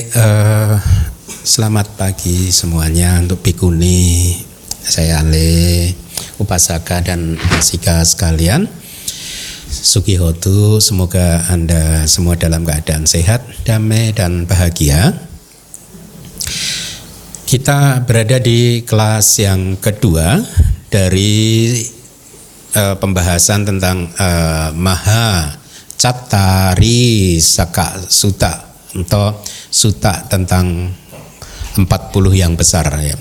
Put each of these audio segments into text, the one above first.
Selamat pagi semuanya untuk Bhikkhuni, saya Ale, Upasaka dan Asika sekalian. Sugihotu, semoga Anda semua dalam keadaan sehat, damai dan bahagia. Kita berada di kelas yang kedua dari pembahasan tentang Maha Cattari Saka Sutta atau Sutta tentang 40 yang besar ya.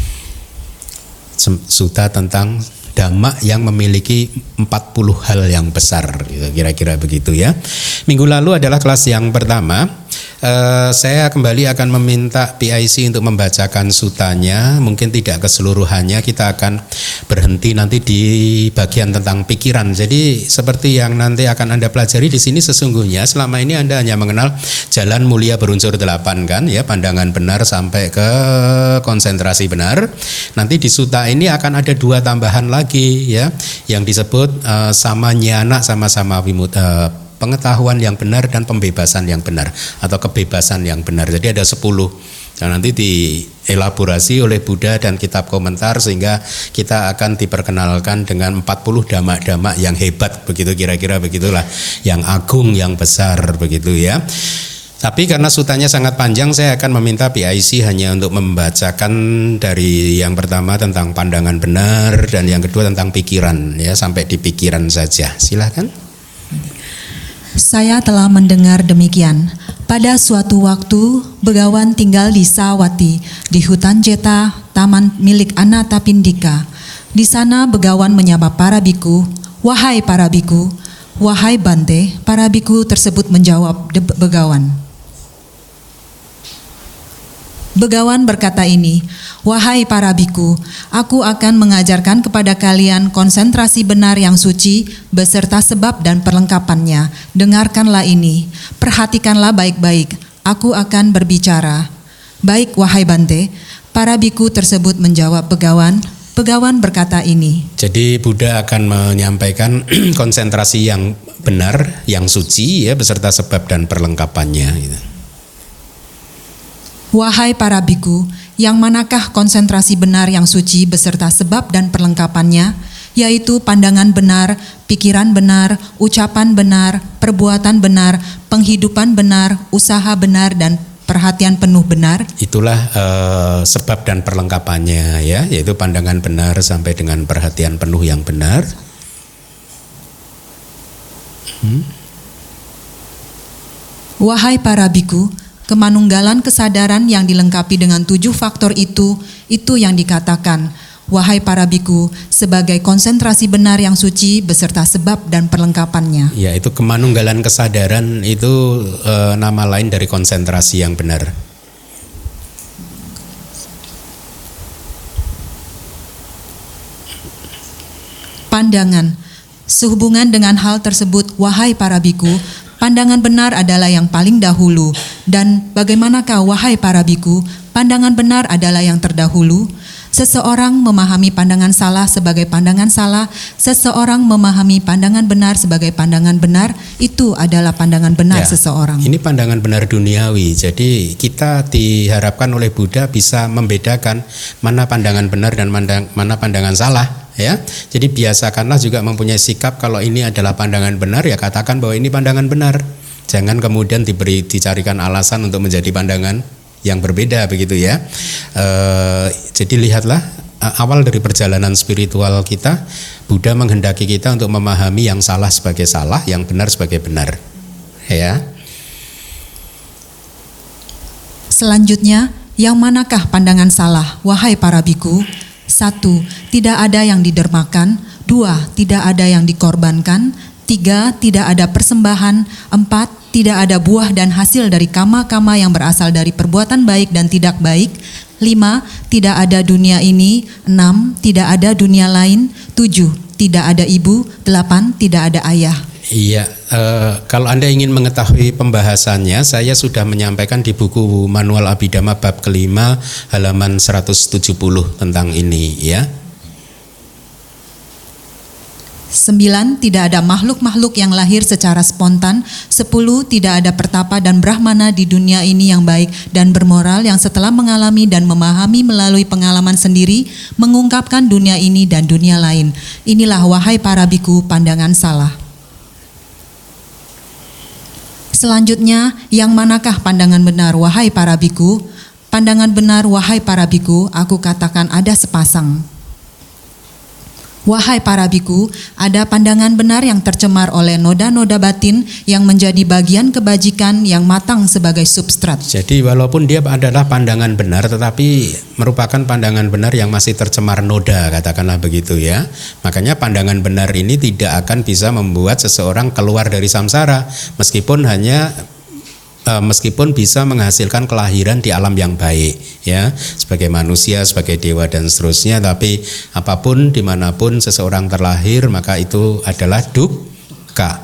Sutta tentang Dhamma yang memiliki 40 hal yang besar, kira-kira begitu ya. Minggu lalu adalah kelas yang pertama. Saya kembali akan meminta PIC untuk membacakan sutanya. Mungkin tidak keseluruhannya, kita akan berhenti nanti di bagian tentang pikiran. Jadi seperti yang nanti akan Anda pelajari di sini, sesungguhnya selama ini Anda hanya mengenal jalan mulia berunsur 8 kan ya, pandangan benar sampai ke konsentrasi benar. Nanti di suta ini akan ada 2 tambahan lagi ya, yang disebut samanyana, sama-sama pengetahuan yang benar dan pembebasan yang benar atau kebebasan yang benar. Jadi ada 10 dan nanti dielaborasi oleh Buddha dan kitab komentar, sehingga kita akan diperkenalkan dengan 40 dhamma-dhamma yang hebat, begitu kira-kira begitulah, yang agung, yang besar begitu ya. Tapi karena sutanya sangat panjang, saya akan meminta PIC hanya untuk membacakan dari yang pertama tentang pandangan benar dan yang kedua tentang pikiran ya, sampai di pikiran saja. Silakan. Saya telah mendengar demikian. Pada suatu waktu, Begawan tinggal di Sawati, di hutan Jeta, taman milik Anathapindika. Di sana Begawan menyapa para biku, "Wahai para biku." "Wahai Bante," para biku tersebut menjawab Begawan. Begawan berkata ini, "Wahai para biku, aku akan mengajarkan kepada kalian konsentrasi benar yang suci beserta sebab dan perlengkapannya. Dengarkanlah ini, perhatikanlah baik-baik, aku akan berbicara." "Baik, wahai Bante," para biku tersebut menjawab Begawan. Begawan berkata ini. Jadi Buddha akan menyampaikan konsentrasi yang benar, yang suci ya, beserta sebab dan perlengkapannya gitu. "Wahai para biku, yang manakah konsentrasi benar yang suci beserta sebab dan perlengkapannya, yaitu pandangan benar, pikiran benar, ucapan benar, perbuatan benar, penghidupan benar, usaha benar, dan perhatian penuh benar." Itulah sebab dan perlengkapannya ya, yaitu pandangan benar sampai dengan perhatian penuh yang benar. "Wahai para biku, kemanunggalan kesadaran yang dilengkapi dengan 7 faktor itu yang dikatakan, wahai para biku, sebagai konsentrasi benar yang suci beserta sebab dan perlengkapannya." Ya, itu kemanunggalan kesadaran itu nama lain dari konsentrasi yang benar. Pandangan. Sehubungan dengan hal tersebut, wahai para biku, pandangan benar adalah yang paling dahulu. Dan bagaimanakah wahai para biku, pandangan benar adalah yang terdahulu? Seseorang memahami pandangan salah sebagai pandangan salah, seseorang memahami pandangan benar sebagai pandangan benar, itu adalah pandangan benar ya, seseorang. Ini pandangan benar duniawi. Jadi kita diharapkan oleh Buddha bisa membedakan mana pandangan benar dan mana pandangan salah. Ya, jadi biasakanlah juga mempunyai sikap kalau ini adalah pandangan benar, ya katakan bahwa ini pandangan benar. Jangan kemudian dicarikan alasan untuk menjadi pandangan yang berbeda begitu ya. Jadi lihatlah awal dari perjalanan spiritual kita, Buddha menghendaki kita untuk memahami yang salah sebagai salah, yang benar sebagai benar. Ya. Selanjutnya, yang manakah pandangan salah, wahai para biku? 1. Tidak ada yang didermakan. 2. Tidak ada yang dikorbankan. 3. Tidak ada persembahan. 4. Tidak ada buah dan hasil dari kama-kama yang berasal dari perbuatan baik dan tidak baik. 5. Tidak ada dunia ini. 6. Tidak ada dunia lain. 7. Tidak ada ibu. 8. Tidak ada ayah. Iya, kalau Anda ingin mengetahui pembahasannya, saya sudah menyampaikan di buku Manual Abhidhamma bab kelima halaman 170 tentang ini ya. 9. Tidak ada makhluk-makhluk yang lahir secara spontan. 10. Tidak ada pertapa dan brahmana di dunia ini yang baik dan bermoral yang setelah mengalami dan memahami melalui pengalaman sendiri mengungkapkan dunia ini dan dunia lain. Inilah wahai para biku pandangan salah. Selanjutnya, yang manakah pandangan benar wahai para biku? Pandangan benar wahai para biku, aku katakan ada sepasang. Wahai para biku, ada pandangan benar yang tercemar oleh noda-noda batin yang menjadi bagian kebajikan yang matang sebagai substrat. Jadi walaupun dia adalah pandangan benar, tetapi merupakan pandangan benar yang masih tercemar noda, katakanlah begitu ya. Makanya pandangan benar ini tidak akan bisa membuat seseorang keluar dari samsara, meskipun bisa menghasilkan kelahiran di alam yang baik ya, sebagai manusia, sebagai dewa dan seterusnya. Tapi apapun dimanapun seseorang terlahir, maka itu adalah dukkha.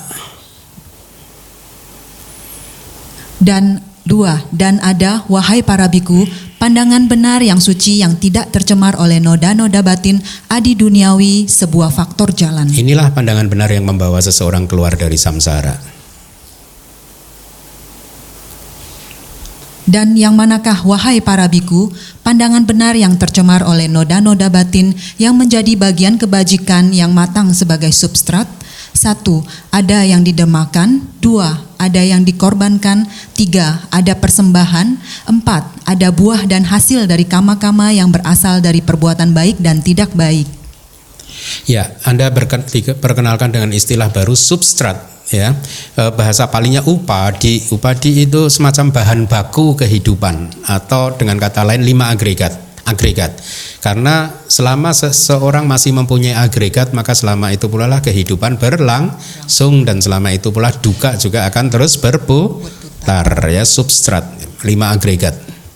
Dan 2. Dan ada wahai para biku pandangan benar yang suci yang tidak tercemar oleh noda-noda batin adi duniawi, sebuah faktor jalan. Inilah pandangan benar yang membawa seseorang keluar dari samsara. Dan yang manakah wahai para biku pandangan benar yang tercemar oleh noda-noda batin yang menjadi bagian kebajikan yang matang sebagai substrat? 1. Ada yang didemakan. 2. Ada yang dikorbankan. 3. Ada persembahan. 4. Ada buah dan hasil dari kama-kama yang berasal dari perbuatan baik dan tidak baik. Ya, Anda perkenalkan dengan istilah baru substrat. Ya, bahasa palingnya upadi. Upadi itu semacam bahan baku kehidupan, atau dengan kata lain 5 agregat. Karena selama seseorang masih mempunyai agregat, maka selama itu pula lah kehidupan berlangsung, dan selama itu pula dukkha juga akan terus berputar ya. Substrat 5 agregat.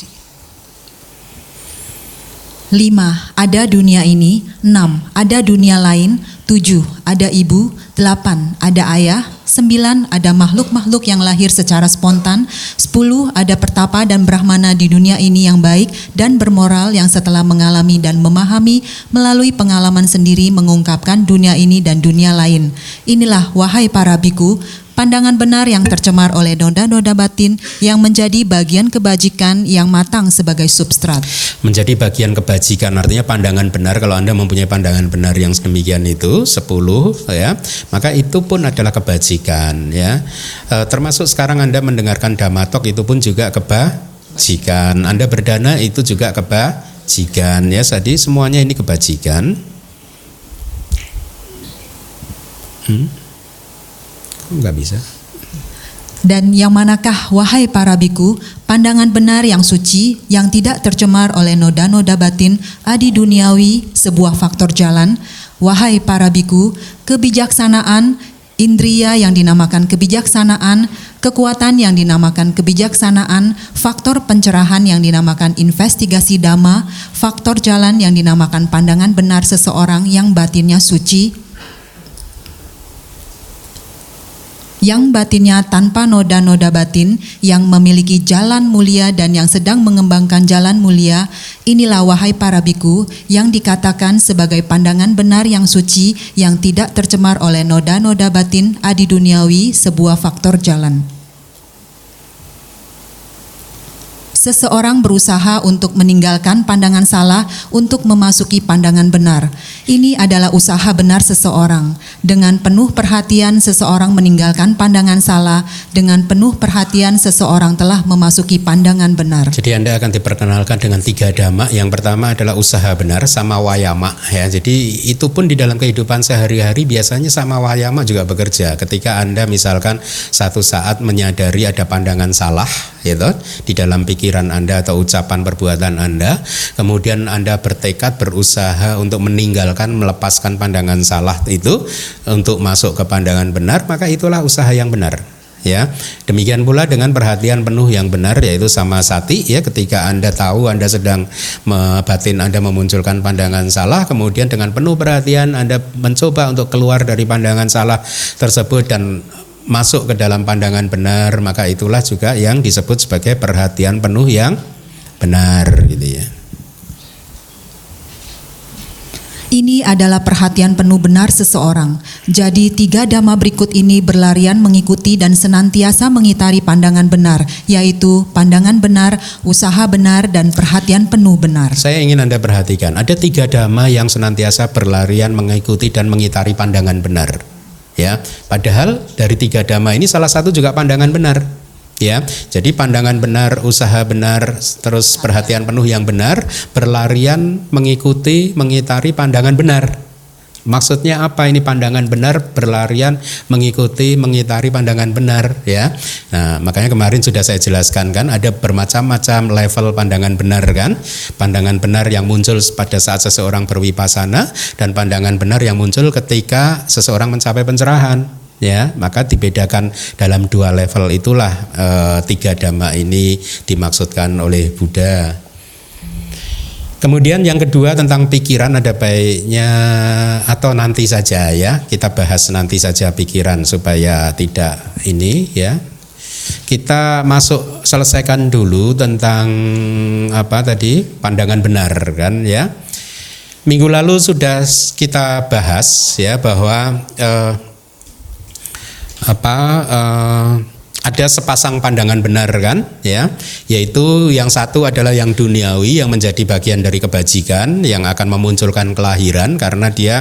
5. Ada dunia ini. 6. Ada dunia lain. 7. Ada ibu. 8. Ada ayah. 9. Ada makhluk-makhluk yang lahir secara spontan. 10. Ada pertapa dan brahmana di dunia ini yang baik dan bermoral yang setelah mengalami dan memahami melalui pengalaman sendiri mengungkapkan dunia ini dan dunia lain. Inilah wahai para biku pandangan benar yang tercemar oleh noda-noda batin yang menjadi bagian kebajikan yang matang sebagai substrat. Menjadi bagian kebajikan artinya pandangan benar. Kalau Anda mempunyai pandangan benar yang sedemikian itu 10 ya, maka itu pun adalah kebajikan ya. Termasuk sekarang Anda mendengarkan Dhammatalk, itu pun juga kebajikan. Anda berdana itu juga kebajikan ya. Jadi semuanya ini kebajikan. Enggak bisa. Dan yang manakah wahai para biku pandangan benar yang suci yang tidak tercemar oleh noda-noda batin adi duniawi, sebuah faktor jalan? Wahai para biku, kebijaksanaan, indria yang dinamakan kebijaksanaan, kekuatan yang dinamakan kebijaksanaan, faktor pencerahan yang dinamakan investigasi dhamma, faktor jalan yang dinamakan pandangan benar seseorang yang batinnya suci, yang batinnya tanpa noda-noda batin, yang memiliki jalan mulia dan yang sedang mengembangkan jalan mulia. Inilah wahai para biku yang dikatakan sebagai pandangan benar yang suci yang tidak tercemar oleh noda-noda batin adi duniawi, sebuah faktor jalan. Seseorang berusaha untuk meninggalkan pandangan salah untuk memasuki pandangan benar. Ini adalah usaha benar seseorang. Dengan penuh perhatian seseorang meninggalkan pandangan salah. Dengan penuh perhatian seseorang telah memasuki pandangan benar. Jadi Anda akan diperkenalkan dengan 3 dhamma. Yang pertama adalah usaha benar, sama wayama ya. Jadi itu pun di dalam kehidupan sehari-hari biasanya sama wayama juga bekerja. Ketika Anda misalkan satu saat menyadari ada pandangan salah gitu di dalam pikiran Anda atau ucapan perbuatan Anda, kemudian Anda bertekad berusaha untuk meninggalkan, melepaskan pandangan salah itu untuk masuk ke pandangan benar, maka itulah usaha yang benar ya. Demikian pula dengan perhatian penuh yang benar, yaitu sama sati ya. Ketika Anda tahu Anda sedang batin Anda memunculkan pandangan salah, kemudian dengan penuh perhatian Anda mencoba untuk keluar dari pandangan salah tersebut dan masuk ke dalam pandangan benar, maka itulah juga yang disebut sebagai perhatian penuh yang benar gitu ya. Ini adalah perhatian penuh benar seseorang. Jadi 3 dhamma berikut ini berlarian mengikuti dan senantiasa mengitari pandangan benar, yaitu pandangan benar, usaha benar, dan perhatian penuh benar. Saya ingin Anda perhatikan, ada 3 dhamma yang senantiasa berlarian mengikuti dan mengitari pandangan benar. Ya, padahal dari 3 dhamma ini salah satu juga pandangan benar. Ya, jadi pandangan benar, usaha benar, terus perhatian penuh yang benar, berlarian mengikuti, mengitari pandangan benar. Maksudnya apa ini pandangan benar, berlarian mengikuti, mengitari pandangan benar, ya. Nah, makanya kemarin sudah saya jelaskan kan, ada bermacam-macam level pandangan benar kan. Pandangan benar yang muncul pada saat seseorang berwipasana dan pandangan benar yang muncul ketika seseorang mencapai pencerahan. Ya, maka dibedakan dalam 2 level itulah 3 dhamma ini dimaksudkan oleh Buddha. Kemudian yang kedua tentang pikiran, ada baiknya atau nanti saja ya, kita bahas nanti saja pikiran supaya tidak ini ya. Kita selesaikan dulu tentang apa tadi, pandangan benar kan ya. Minggu lalu sudah kita bahas ya bahwa ada sepasang pandangan benar kan ya, yaitu yang satu adalah yang duniawi yang menjadi bagian dari kebajikan yang akan memunculkan kelahiran karena dia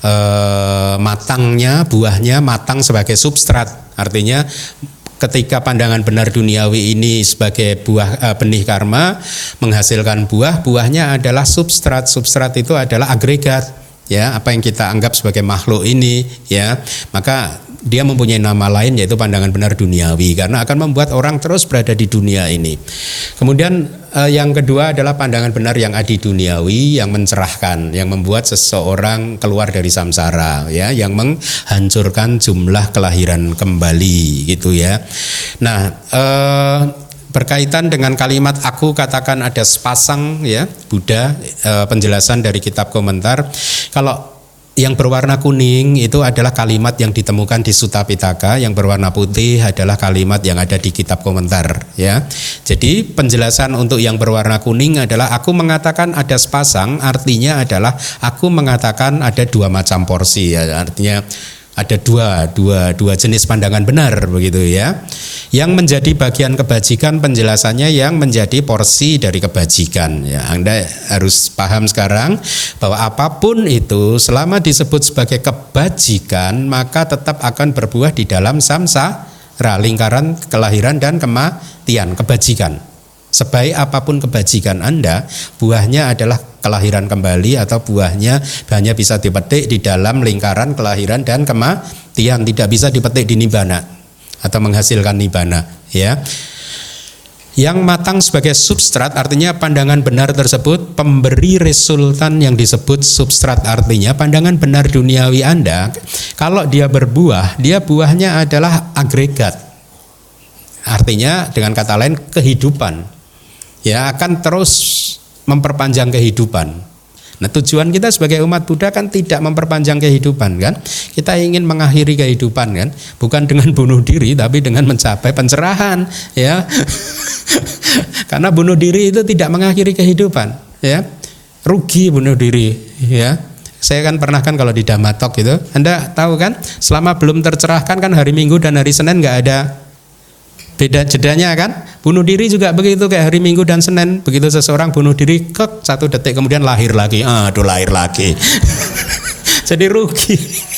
matangnya, buahnya matang sebagai substrat. Artinya ketika pandangan benar duniawi ini sebagai buah benih karma menghasilkan buahnya adalah substrat. Substrat itu adalah agregat ya, apa yang kita anggap sebagai makhluk ini ya, maka dia mempunyai nama lain yaitu pandangan benar duniawi karena akan membuat orang terus berada di dunia ini. Kemudian yang kedua adalah pandangan benar yang adi duniawi yang mencerahkan, yang membuat seseorang keluar dari samsara ya, yang menghancurkan jumlah kelahiran kembali gitu ya. Nah, berkaitan dengan kalimat aku katakan ada sepasang ya, Buddha penjelasan dari kitab komentar, kalau yang berwarna kuning itu adalah kalimat yang ditemukan di Sutta Pitaka, yang berwarna putih adalah kalimat yang ada di kitab komentar ya. Jadi penjelasan untuk yang berwarna kuning adalah aku mengatakan ada sepasang, artinya adalah aku mengatakan ada 2 macam porsi ya, artinya ada dua jenis pandangan benar begitu ya. Yang menjadi bagian kebajikan penjelasannya yang menjadi porsi dari kebajikan ya. Anda harus paham sekarang bahwa apapun itu selama disebut sebagai kebajikan maka tetap akan berbuah di dalam samsara, lingkaran kelahiran dan kematian, kebajikan. Sebaik apapun kebajikan Anda, buahnya adalah kelahiran kembali atau buahnya hanya bisa dipetik di dalam lingkaran kelahiran dan kematian, tidak bisa dipetik di nibbana atau menghasilkan nibbana ya. Yang matang sebagai substrat artinya pandangan benar tersebut pemberi resultan yang disebut substrat, artinya pandangan benar duniawi Anda kalau dia berbuah, dia buahnya adalah agregat. Artinya dengan kata lain kehidupan. Ya, akan terus memperpanjang kehidupan. Nah, tujuan kita sebagai umat Buddha kan tidak memperpanjang kehidupan kan. Kita ingin mengakhiri kehidupan kan, bukan dengan bunuh diri tapi dengan mencapai pencerahan ya. Karena bunuh diri itu tidak mengakhiri kehidupan ya. Rugi bunuh diri ya. Saya kan pernah kan kalau di Dhammatalk gitu, Anda tahu kan, selama belum tercerahkan kan hari Minggu dan hari Senin nggak ada beda jedanya kan. Bunuh diri juga begitu, kayak hari Minggu dan Senin. Begitu seseorang bunuh diri, 1 detik kemudian lahir lagi. Aduh, lahir lagi. Jadi rugi.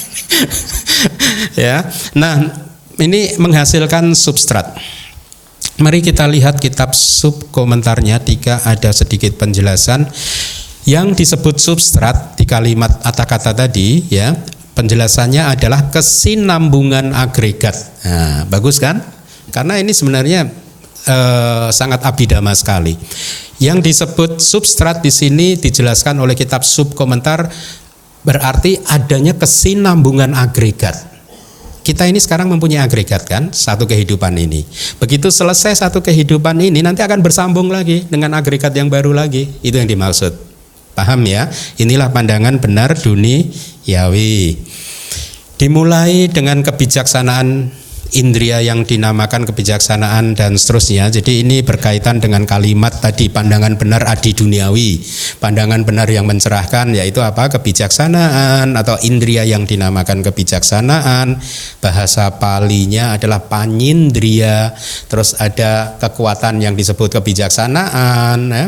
Ya. Nah, ini menghasilkan substrat. Mari kita lihat kitab sub komentarnya, ada sedikit penjelasan yang disebut substrat di kalimat kata tadi ya. Penjelasannya adalah kesinambungan agregat. Nah, bagus kan? Karena ini sebenarnya sangat abhidhamma sekali. Yang disebut substrat di sini dijelaskan oleh kitab sub komentar berarti adanya kesinambungan agregat. Kita ini sekarang mempunyai agregat kan, satu kehidupan ini. Begitu selesai satu kehidupan ini nanti akan bersambung lagi dengan agregat yang baru lagi. Itu yang dimaksud. Paham ya? Inilah pandangan benar duniawi. Dimulai dengan kebijaksanaan indria yang dinamakan kebijaksanaan dan seterusnya. Jadi ini berkaitan dengan kalimat tadi, pandangan benar adi duniawi. Pandangan benar yang mencerahkan yaitu apa? Kebijaksanaan atau indria yang dinamakan kebijaksanaan. Bahasa Palinya adalah panyindria. Terus ada kekuatan yang disebut kebijaksanaan, ya,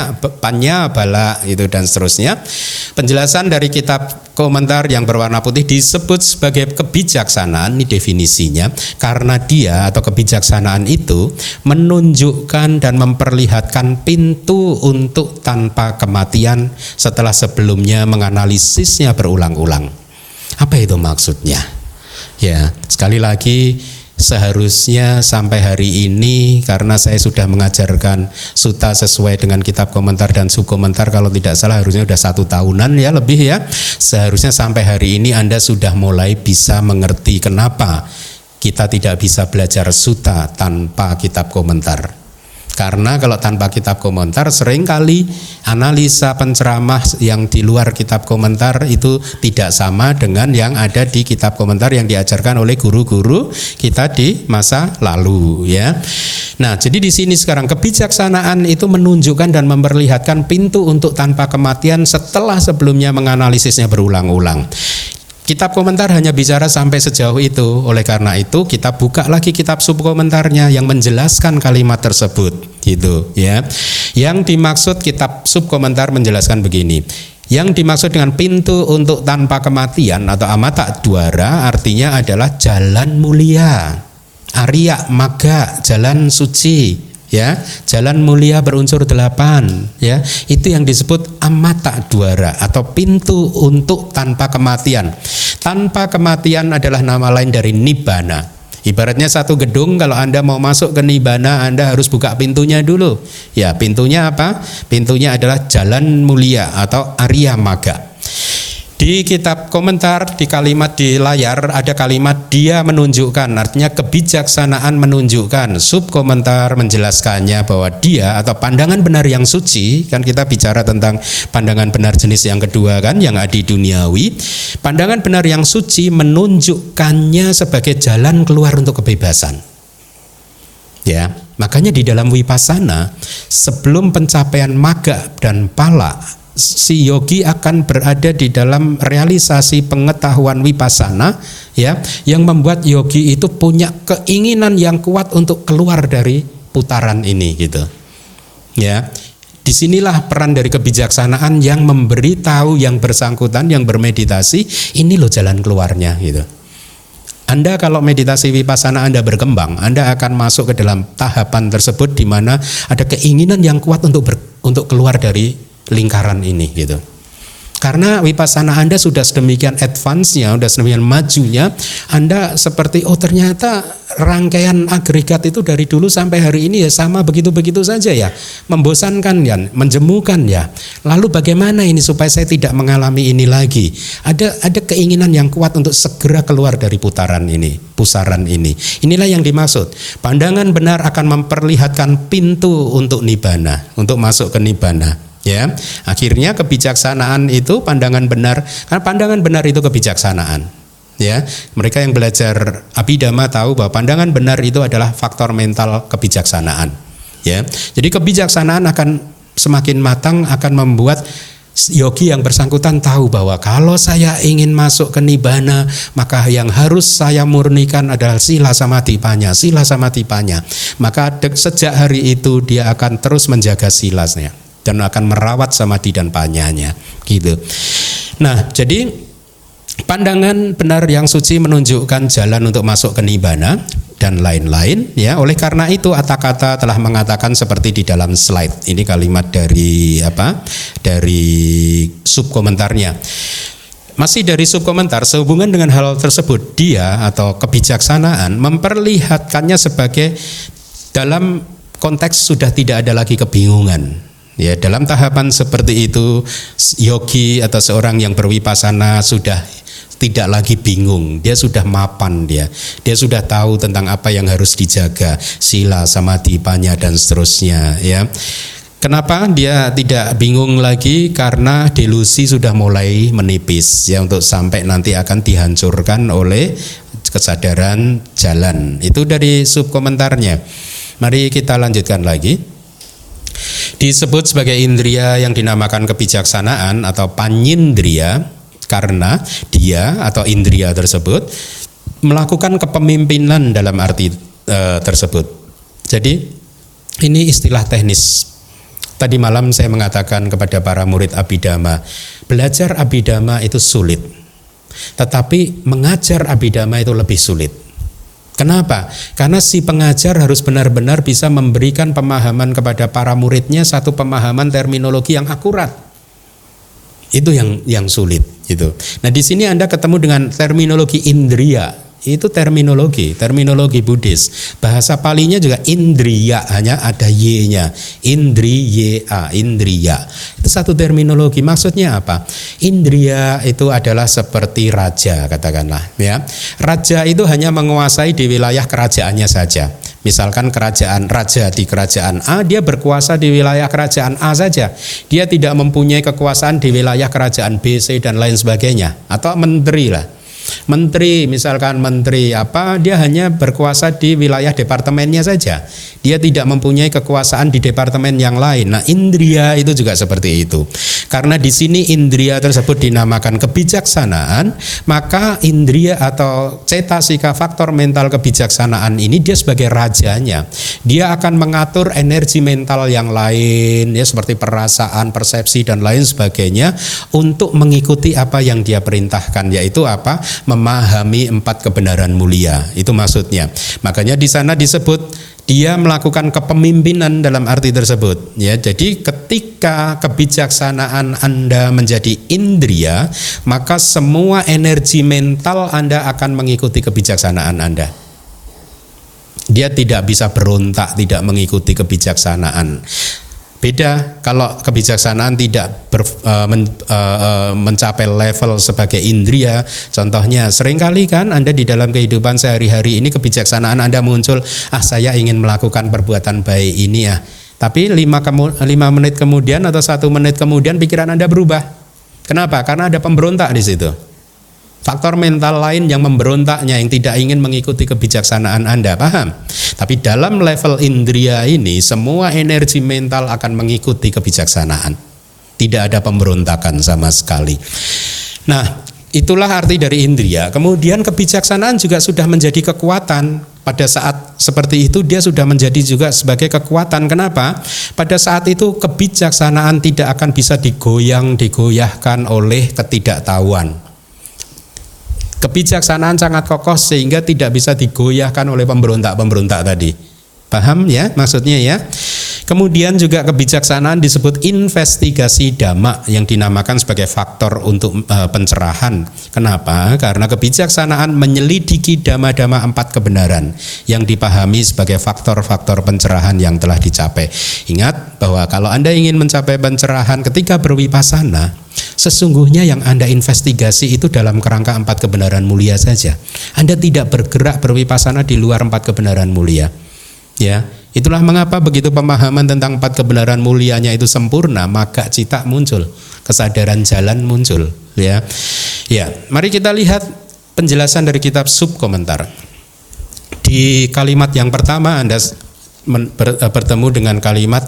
panya bala itu dan seterusnya. Penjelasan dari kitab komentar yang berwarna putih disebut sebagai kebijaksanaan, ini definisinya, karena dia atau kebijaksanaan itu menunjukkan dan memperlihatkan pintu untuk tanpa kematian setelah sebelumnya menganalisisnya berulang-ulang. Apa itu maksudnya? Ya, sekali lagi, seharusnya sampai hari ini, karena saya sudah mengajarkan suta sesuai dengan kitab komentar dan subkomentar, kalau tidak salah harusnya sudah 1 tahunan ya, lebih ya. Seharusnya sampai hari ini Anda sudah mulai bisa mengerti kenapa kita tidak bisa belajar suta tanpa kitab komentar. Karena kalau tanpa kitab komentar seringkali analisa penceramah yang di luar kitab komentar itu tidak sama dengan yang ada di kitab komentar yang diajarkan oleh guru-guru kita di masa lalu ya. Nah, jadi di sini sekarang kebijaksanaan itu menunjukkan dan memperlihatkan pintu untuk tanpa kematian setelah sebelumnya menganalisisnya berulang-ulang. Kitab komentar hanya bicara sampai sejauh itu. Oleh karena itu kita buka lagi kitab subkomentarnya yang menjelaskan kalimat tersebut gitu ya. Yang dimaksud kitab subkomentar menjelaskan begini. Yang dimaksud dengan pintu untuk tanpa kematian atau amata dwara artinya adalah jalan mulia, Arya Magga, jalan suci. Ya, jalan mulia berunsur 8 ya, itu yang disebut amata dwara atau pintu untuk tanpa kematian. Tanpa kematian adalah nama lain dari nibbana. Ibaratnya satu gedung, kalau Anda mau masuk ke nibbana, Anda harus buka pintunya dulu. Ya, pintunya apa? Pintunya adalah jalan mulia atau Arya Magga. Di kitab komentar, di kalimat di layar ada kalimat dia menunjukkan, artinya kebijaksanaan menunjukkan. Subkomentar menjelaskannya bahwa dia atau pandangan benar yang suci, kan kita bicara tentang pandangan benar jenis yang kedua kan, yang adi duniawi. Pandangan benar yang suci menunjukkannya sebagai jalan keluar untuk kebebasan. Ya, makanya di dalam vipassana sebelum pencapaian magga dan pala, si yogi akan berada di dalam realisasi pengetahuan vipassana ya, yang membuat yogi itu punya keinginan yang kuat untuk keluar dari putaran ini gitu. Ya. Disinilah peran dari kebijaksanaan yang memberitahu yang bersangkutan, yang bermeditasi, ini loh jalan keluarnya gitu. Anda kalau meditasi vipassana Anda berkembang, Anda akan masuk ke dalam tahapan tersebut di mana ada keinginan yang kuat untuk keluar dari lingkaran ini gitu. Karena vipassana Anda sudah sedemikian advance-nya, sudah sedemikian majunya, Anda seperti ternyata rangkaian agregat itu dari dulu sampai hari ini ya sama begitu-begitu saja ya, membosankan ya, menjemukan ya. Lalu bagaimana ini supaya saya tidak mengalami ini lagi? Ada keinginan yang kuat untuk segera keluar dari pusaran ini. Inilah yang dimaksud. Pandangan benar akan memperlihatkan pintu untuk nibbana, untuk masuk ke nibbana. Ya, akhirnya kebijaksanaan itu pandangan benar, karena pandangan benar itu kebijaksanaan. Ya, mereka yang belajar Abhidhamma tahu bahwa pandangan benar itu adalah faktor mental kebijaksanaan. Ya, jadi kebijaksanaan akan semakin matang, akan membuat yogi yang bersangkutan tahu bahwa kalau saya ingin masuk ke nibbana, maka yang harus saya murnikan adalah sila samadhipanya, sila samadhipanya. Maka sejak hari itu dia akan terus menjaga silasnya dan akan merawat samadhi dan panyanya gitu. Nah, jadi pandangan benar yang suci menunjukkan jalan untuk masuk ke nibbana dan lain-lain ya. Oleh karena itu Atthakatha telah mengatakan seperti di dalam slide. Ini kalimat dari dari subkomentarnya. Masih dari subkomentar, sehubungan dengan hal tersebut, dia atau kebijaksanaan memperlihatkannya sebagai dalam konteks sudah tidak ada lagi kebingungan. Ya, dalam tahapan seperti itu yogi atau seorang yang bervipassana sudah tidak lagi bingung, dia sudah mapan, dia sudah tahu tentang apa yang harus dijaga, sila, samadhi, panya dan seterusnya ya. Kenapa dia tidak bingung lagi? Karena delusi sudah mulai menipis ya, untuk sampai nanti akan dihancurkan oleh kesadaran jalan. Itu dari subkomentarnya. Mari kita lanjutkan lagi. Disebut sebagai indria yang dinamakan kebijaksanaan atau panyindria karena dia atau indria tersebut melakukan kepemimpinan dalam arti tersebut. Jadi ini istilah teknis. Tadi malam saya mengatakan kepada para murid Abhidhamma, belajar Abhidhamma itu sulit, tetapi mengajar Abhidhamma itu lebih sulit. Kenapa? Karena si pengajar harus benar-benar bisa memberikan pemahaman kepada para muridnya, satu pemahaman terminologi yang akurat. Itu yang sulit gitu. Nah, di sini Anda ketemu dengan terminologi indria. Itu terminologi Buddhis. Bahasa Palinya juga indriya, hanya ada y-nya. Indriya. Itu satu terminologi. Maksudnya apa? Indriya itu adalah seperti raja, katakanlah ya. Raja itu hanya menguasai di wilayah kerajaannya saja. Misalkan raja di kerajaan A, dia berkuasa di wilayah kerajaan A saja. Dia tidak mempunyai kekuasaan di wilayah kerajaan B, C dan lain sebagainya. Atau menteri lah. Misalkan menteri apa, dia hanya berkuasa di wilayah departemennya saja. Dia tidak mempunyai kekuasaan di departemen yang lain. Nah, indria itu juga seperti itu. Karena di sini indria tersebut dinamakan kebijaksanaan, maka indria atau cetasika, faktor mental kebijaksanaan ini dia sebagai rajanya. Dia akan mengatur energi mental yang lain ya, seperti perasaan, persepsi dan lain sebagainya untuk mengikuti apa yang dia perintahkan, yaitu apa? Memahami 4 kebenaran mulia. Itu maksudnya. Makanya di sana disebut dia melakukan kepemimpinan dalam arti tersebut ya. Jadi ketika kebijaksanaan Anda menjadi indria, maka semua energi mental Anda akan mengikuti kebijaksanaan Anda. Dia tidak bisa berontak tidak mengikuti kebijaksanaan. Beda kalau kebijaksanaan tidak mencapai level sebagai indria. Contohnya seringkali kan Anda di dalam kehidupan sehari-hari ini kebijaksanaan Anda muncul, saya ingin melakukan perbuatan baik ini ya. Tapi 5 menit kemudian atau 1 menit kemudian pikiran Anda berubah. Kenapa? Karena ada pemberontak di situ. Faktor mental lain yang memberontaknya, yang tidak ingin mengikuti kebijaksanaan Anda, paham? Tapi dalam level indria ini semua energi mental akan mengikuti kebijaksanaan. Tidak ada pemberontakan sama sekali. Nah, itulah arti dari indria. Kemudian kebijaksanaan juga sudah menjadi kekuatan. Pada saat seperti itu dia sudah menjadi juga sebagai kekuatan. Kenapa? Pada saat itu kebijaksanaan tidak akan bisa digoyahkan oleh ketidaktahuan. Kebijaksanaan sangat kokoh sehingga tidak bisa digoyahkan oleh pemberontak-pemberontak tadi. Paham ya maksudnya ya? Kemudian juga kebijaksanaan disebut investigasi dhamma yang dinamakan sebagai faktor untuk pencerahan. Kenapa? Karena kebijaksanaan menyelidiki dhamma-dhamma 4 kebenaran yang dipahami sebagai faktor-faktor pencerahan yang telah dicapai. Ingat bahwa kalau Anda ingin mencapai pencerahan ketika berwipasana, sesungguhnya yang Anda investigasi itu dalam kerangka 4 kebenaran mulia saja. Anda tidak bergerak berwipasana di luar 4 kebenaran mulia. Ya, itulah mengapa begitu pemahaman tentang 4 kebenaran mulianya itu sempurna, maka cita muncul, kesadaran jalan muncul. Ya, mari kita lihat penjelasan dari kitab subkomentar. Di kalimat yang pertama Anda bertemu dengan kalimat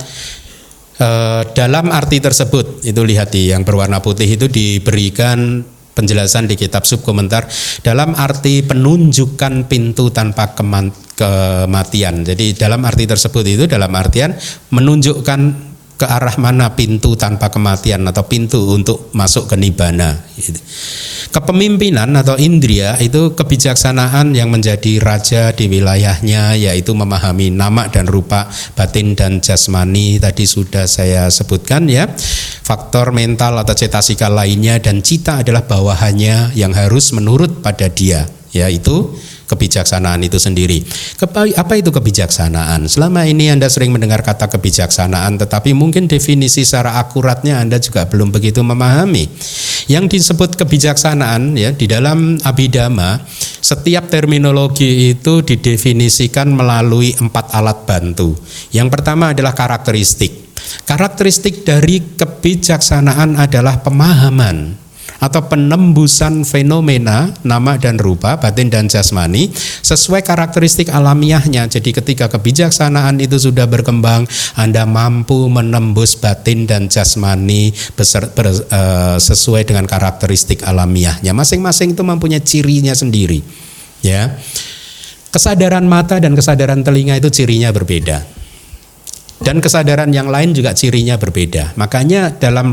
dalam arti tersebut. Itu lihat di yang berwarna putih itu diberikan penjelasan di kitab subkomentar dalam arti penunjukan pintu tanpa kematian. Jadi dalam arti tersebut itu dalam artian menunjukkan ke arah mana pintu tanpa kematian atau pintu untuk masuk ke nibbana. Kepemimpinan atau indria itu kebijaksanaan yang menjadi raja di wilayahnya, yaitu memahami nama dan rupa, batin dan jasmani. Tadi sudah saya sebutkan ya. Faktor mental atau cetasika lainnya dan cita adalah bawahannya yang harus menurut pada dia, yaitu kebijaksanaan itu sendiri. Apa itu kebijaksanaan? Selama ini Anda sering mendengar kata kebijaksanaan, tetapi mungkin definisi secara akuratnya Anda juga belum begitu memahami. Yang disebut kebijaksanaan ya di dalam Abhidhamma, setiap terminologi itu didefinisikan melalui 4 alat bantu. Yang pertama adalah karakteristik. Karakteristik dari kebijaksanaan adalah pemahaman atau penembusan fenomena nama dan rupa, batin dan jasmani sesuai karakteristik alamiahnya. Jadi ketika kebijaksanaan itu sudah berkembang, Anda mampu menembus batin dan jasmani sesuai dengan karakteristik alamiahnya. Masing-masing itu mempunyai cirinya sendiri. Ya, kesadaran mata dan kesadaran telinga itu cirinya berbeda. Dan kesadaran yang lain juga cirinya berbeda. Makanya dalam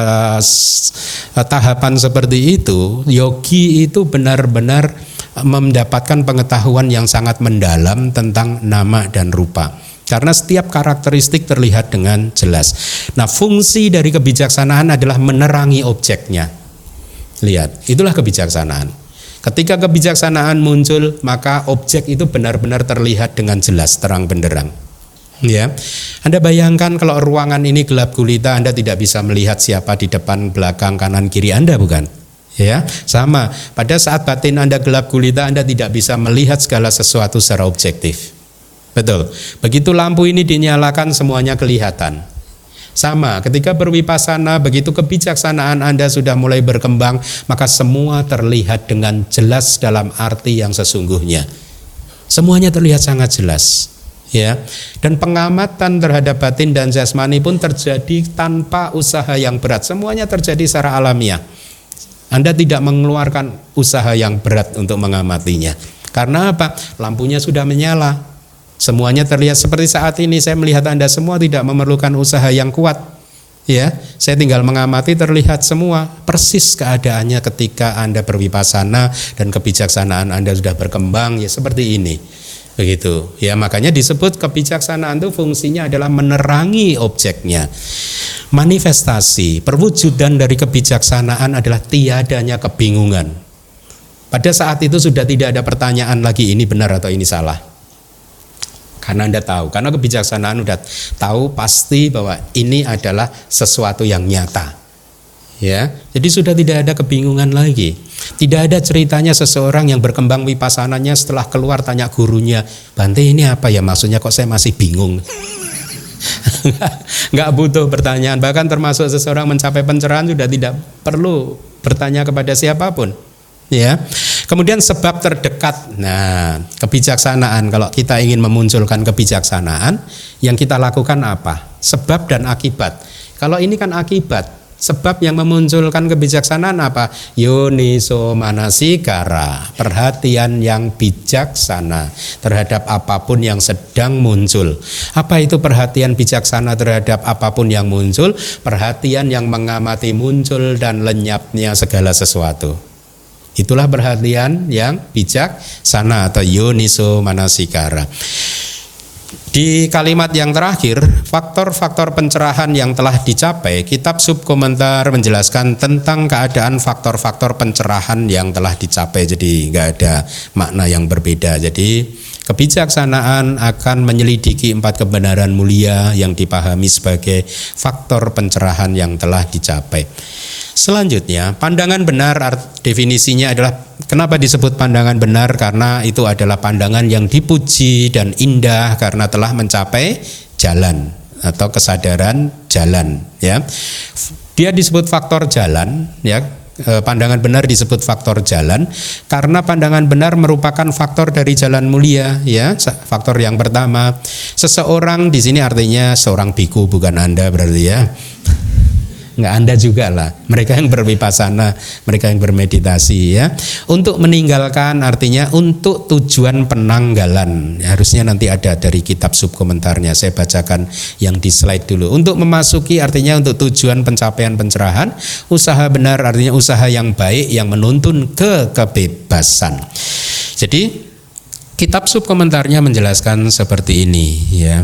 tahapan seperti itu, yogi itu benar-benar mendapatkan pengetahuan yang sangat mendalam tentang nama dan rupa. Karena setiap karakteristik terlihat dengan jelas. Nah, fungsi dari kebijaksanaan adalah menerangi objeknya. Lihat, itulah kebijaksanaan. Ketika kebijaksanaan muncul, maka objek itu benar-benar terlihat dengan jelas, terang benderang. Ya, Anda bayangkan kalau ruangan ini gelap gulita, Anda tidak bisa melihat siapa di depan, belakang, kanan, kiri Anda, bukan? Ya, sama. Pada saat batin Anda gelap gulita, Anda tidak bisa melihat segala sesuatu secara objektif. Betul. Begitu lampu ini dinyalakan, semuanya kelihatan. Sama, ketika berwipasana, begitu kebijaksanaan Anda sudah mulai berkembang, maka semua terlihat dengan jelas dalam arti yang sesungguhnya. Semuanya terlihat sangat jelas. Ya, dan pengamatan terhadap batin dan jasmani pun terjadi tanpa usaha yang berat. Semuanya terjadi secara alamiah. Anda tidak mengeluarkan usaha yang berat untuk mengamatinya. Karena apa? Lampunya sudah menyala. Semuanya terlihat seperti saat ini saya melihat Anda semua tidak memerlukan usaha yang kuat. Ya, saya tinggal mengamati, terlihat semua persis keadaannya ketika Anda berwipasana dan kebijaksanaan Anda sudah berkembang, ya seperti ini. Begitu. Ya, makanya disebut kebijaksanaan itu fungsinya adalah menerangi objeknya. Manifestasi, perwujudan dari kebijaksanaan adalah tiadanya kebingungan. Pada saat itu sudah tidak ada pertanyaan lagi ini benar atau ini salah. Karena Anda tahu, karena kebijaksanaan sudah tahu pasti bahwa ini adalah sesuatu yang nyata. Ya, jadi sudah tidak ada kebingungan lagi. Tidak ada ceritanya seseorang yang berkembang wipassananya setelah keluar tanya gurunya, Bante ini apa ya maksudnya kok saya masih bingung. Nggak butuh pertanyaan. Bahkan termasuk seseorang mencapai pencerahan sudah tidak perlu bertanya kepada siapapun. Ya. Kemudian sebab terdekat. Nah, kebijaksanaan, kalau kita ingin memunculkan kebijaksanaan, yang kita lakukan apa? Sebab dan akibat. Kalau ini kan akibat. Sebab yang memunculkan kebijaksanaan apa? Yoniso manasikara, perhatian yang bijaksana terhadap apapun yang sedang muncul. Apa itu perhatian bijaksana terhadap apapun yang muncul? Perhatian yang mengamati muncul dan lenyapnya segala sesuatu. Itulah perhatian yang bijaksana atau yoniso manasikara. Di kalimat yang terakhir, faktor-faktor pencerahan yang telah dicapai, kitab subkomentar menjelaskan tentang keadaan faktor-faktor pencerahan yang telah dicapai. Jadi nggak ada makna yang berbeda. Jadi kebijaksanaan akan menyelidiki 4 kebenaran mulia yang dipahami sebagai faktor pencerahan yang telah dicapai. Selanjutnya, pandangan benar definisinya adalah, kenapa disebut pandangan benar? Karena itu adalah pandangan yang dipuji dan indah karena telah mencapai jalan atau kesadaran jalan. Ya, dia disebut faktor jalan. Ya, pandangan benar disebut faktor jalan karena pandangan benar merupakan faktor dari jalan mulia. Ya, faktor yang pertama, seseorang di sini artinya seorang biku, bukan Anda berarti ya. Enggak, Anda juga lah, mereka yang berwipasana, mereka yang bermeditasi ya. Untuk meninggalkan artinya untuk tujuan penanggalan. Harusnya nanti ada dari kitab subkomentarnya, saya bacakan yang di slide dulu. Untuk memasuki artinya untuk tujuan pencapaian pencerahan. Usaha benar artinya usaha yang baik yang menuntun ke kebebasan. Jadi kitab subkomentarnya menjelaskan seperti ini ya.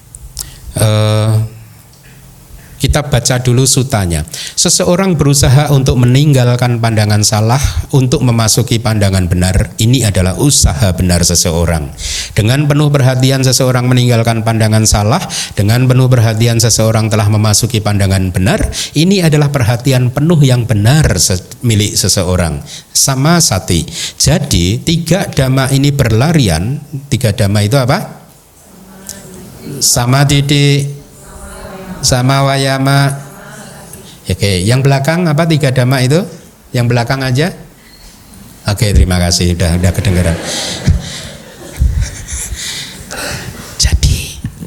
Kita baca dulu sutanya. Seseorang berusaha untuk meninggalkan pandangan salah untuk memasuki pandangan benar. Ini adalah usaha benar seseorang. Dengan penuh perhatian seseorang meninggalkan pandangan salah. Dengan penuh perhatian seseorang telah memasuki pandangan benar. Ini adalah perhatian penuh yang benar milik seseorang. Sama sati. Jadi 3 dhamma ini berlarian. 3 dhamma itu apa? Sama titik, sama wayama. Oke, yang belakang apa 3 dhamma itu? Yang belakang aja? Oke, terima kasih, udah kedengaran. Jadi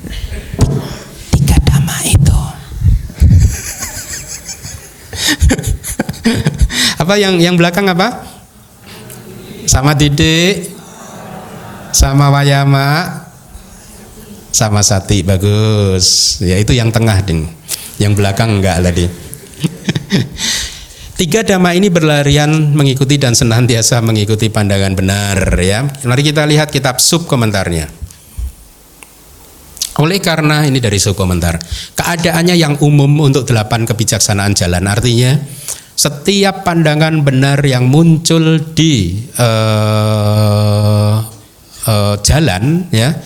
3 dhamma itu apa yang belakang apa? Sama didik, sama wayama, sama sati. Bagus. Ya itu yang tengah ding. Yang belakang enggak tadi. 3 dhamma ini berlarian mengikuti dan senantiasa mengikuti pandangan benar ya. Mari kita lihat kitab sub komentarnya. Oleh karena ini dari sub komentar, keadaannya yang umum untuk 8 kebijaksanaan jalan, artinya setiap pandangan benar yang muncul di jalan ya,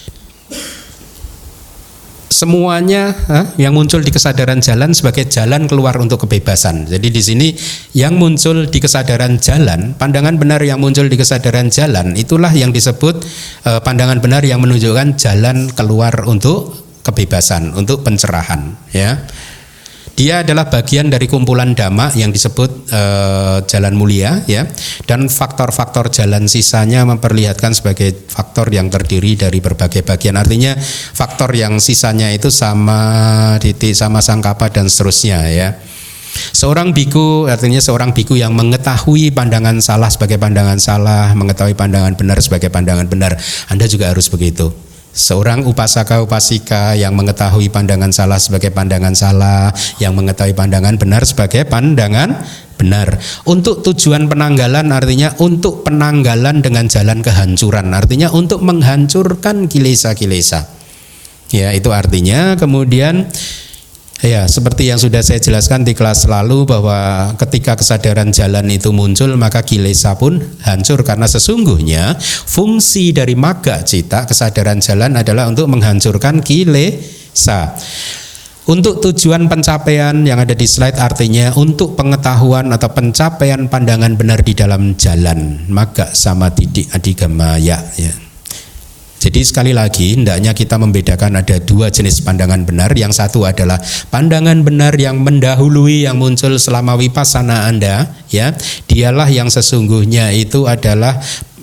semuanya yang muncul di kesadaran jalan sebagai jalan keluar untuk kebebasan. Jadi di sini yang muncul di kesadaran jalan, pandangan benar yang muncul di kesadaran jalan, itulah yang disebut pandangan benar yang menunjukkan jalan keluar untuk kebebasan, untuk pencerahan ya. Dia adalah bagian dari kumpulan dhamma yang disebut jalan mulia ya, dan faktor-faktor jalan sisanya memperlihatkan sebagai faktor yang terdiri dari berbagai bagian. Artinya faktor yang sisanya itu sama titik, sama sangkapa dan seterusnya ya. Seorang biku, artinya seorang biku yang mengetahui pandangan salah sebagai pandangan salah, mengetahui pandangan benar sebagai pandangan benar. Anda juga harus begitu. Seorang upasaka upasika yang mengetahui pandangan salah sebagai pandangan salah, yang mengetahui pandangan benar sebagai pandangan benar. Untuk tujuan penanggalan, artinya untuk penanggalan dengan jalan kehancuran, artinya untuk menghancurkan kilesa-kilesa. Ya, itu artinya kemudian ya, seperti yang sudah saya jelaskan di kelas lalu, bahwa ketika kesadaran jalan itu muncul maka kilesa pun hancur, karena sesungguhnya fungsi dari magga cita, kesadaran jalan adalah untuk menghancurkan kilesa. Untuk tujuan pencapaian yang ada di slide, artinya untuk pengetahuan atau pencapaian pandangan benar di dalam jalan magga sama didik adigamaya ya. Jadi sekali lagi, hendaknya kita membedakan ada 2 jenis pandangan benar. Yang satu adalah pandangan benar yang mendahului yang muncul selama vipassana Anda, ya. Dialah yang sesungguhnya itu adalah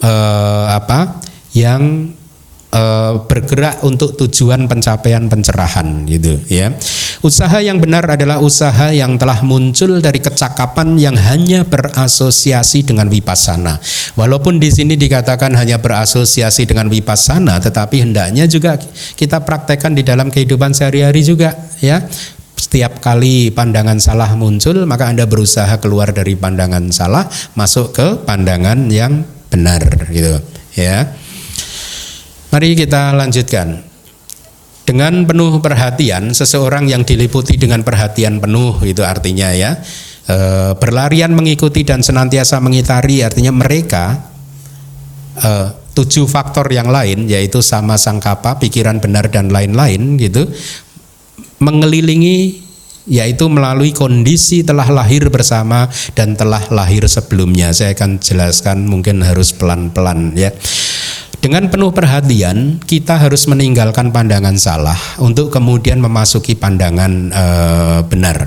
yang bergerak untuk tujuan pencapaian pencerahan gitu ya. Usaha yang benar adalah usaha yang telah muncul dari kecakapan yang hanya berasosiasi dengan vipassana. Walaupun di sini dikatakan hanya berasosiasi dengan vipassana, tetapi hendaknya juga kita praktekkan di dalam kehidupan sehari-hari juga ya. Setiap kali pandangan salah muncul, maka Anda berusaha keluar dari pandangan salah masuk ke pandangan yang benar gitu ya. Mari kita lanjutkan. Dengan penuh perhatian, seseorang yang diliputi dengan perhatian penuh, itu artinya ya, berlarian mengikuti dan senantiasa mengitari, artinya mereka 7 faktor yang lain, yaitu sama sangkapa, pikiran benar dan lain-lain gitu, mengelilingi, yaitu melalui kondisi telah lahir bersama dan telah lahir sebelumnya. Saya akan jelaskan, mungkin harus pelan-pelan ya. Dengan penuh perhatian, kita harus meninggalkan pandangan salah untuk kemudian memasuki pandangan benar.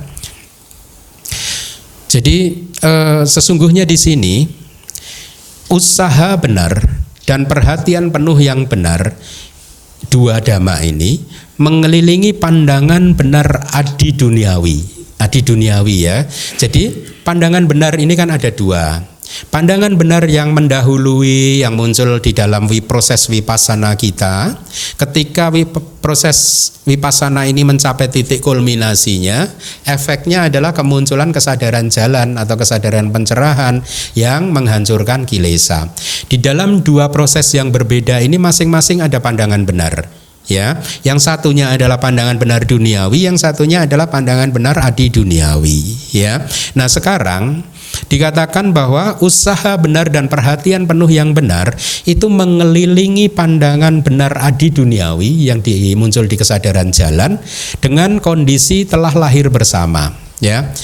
Jadi sesungguhnya di sini usaha benar dan perhatian penuh yang benar, 2 dhamma ini mengelilingi pandangan benar adi duniawi ya. Jadi pandangan benar ini kan ada 2. Pandangan benar yang mendahului, yang muncul di dalam proses vipassana kita. Ketika proses vipassana ini mencapai titik kulminasinya, efeknya adalah kemunculan kesadaran jalan atau kesadaran pencerahan yang menghancurkan kilesa. Di dalam 2 proses yang berbeda ini masing-masing ada pandangan benar. Ya, yang satunya adalah pandangan benar duniawi, yang satunya adalah pandangan benar adi duniawi. Ya, nah sekarang dikatakan bahwa usaha benar dan perhatian penuh yang benar itu mengelilingi pandangan benar adi duniawi yang muncul di kesadaran jalan dengan kondisi telah lahir bersama. Ya,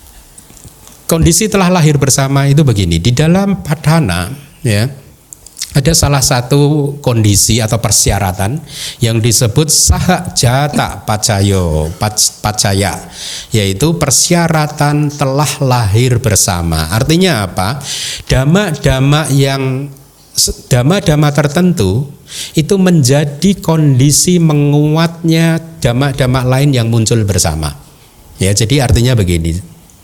kondisi telah lahir bersama itu begini, di dalam padhana ya. ada salah satu kondisi atau persyaratan yang disebut saha jata pacaya, yaitu persyaratan telah lahir bersama. Artinya apa? Dhamma tertentu itu menjadi kondisi menguatnya dhamma-dhamma lain yang muncul bersama. Ya, jadi artinya begini.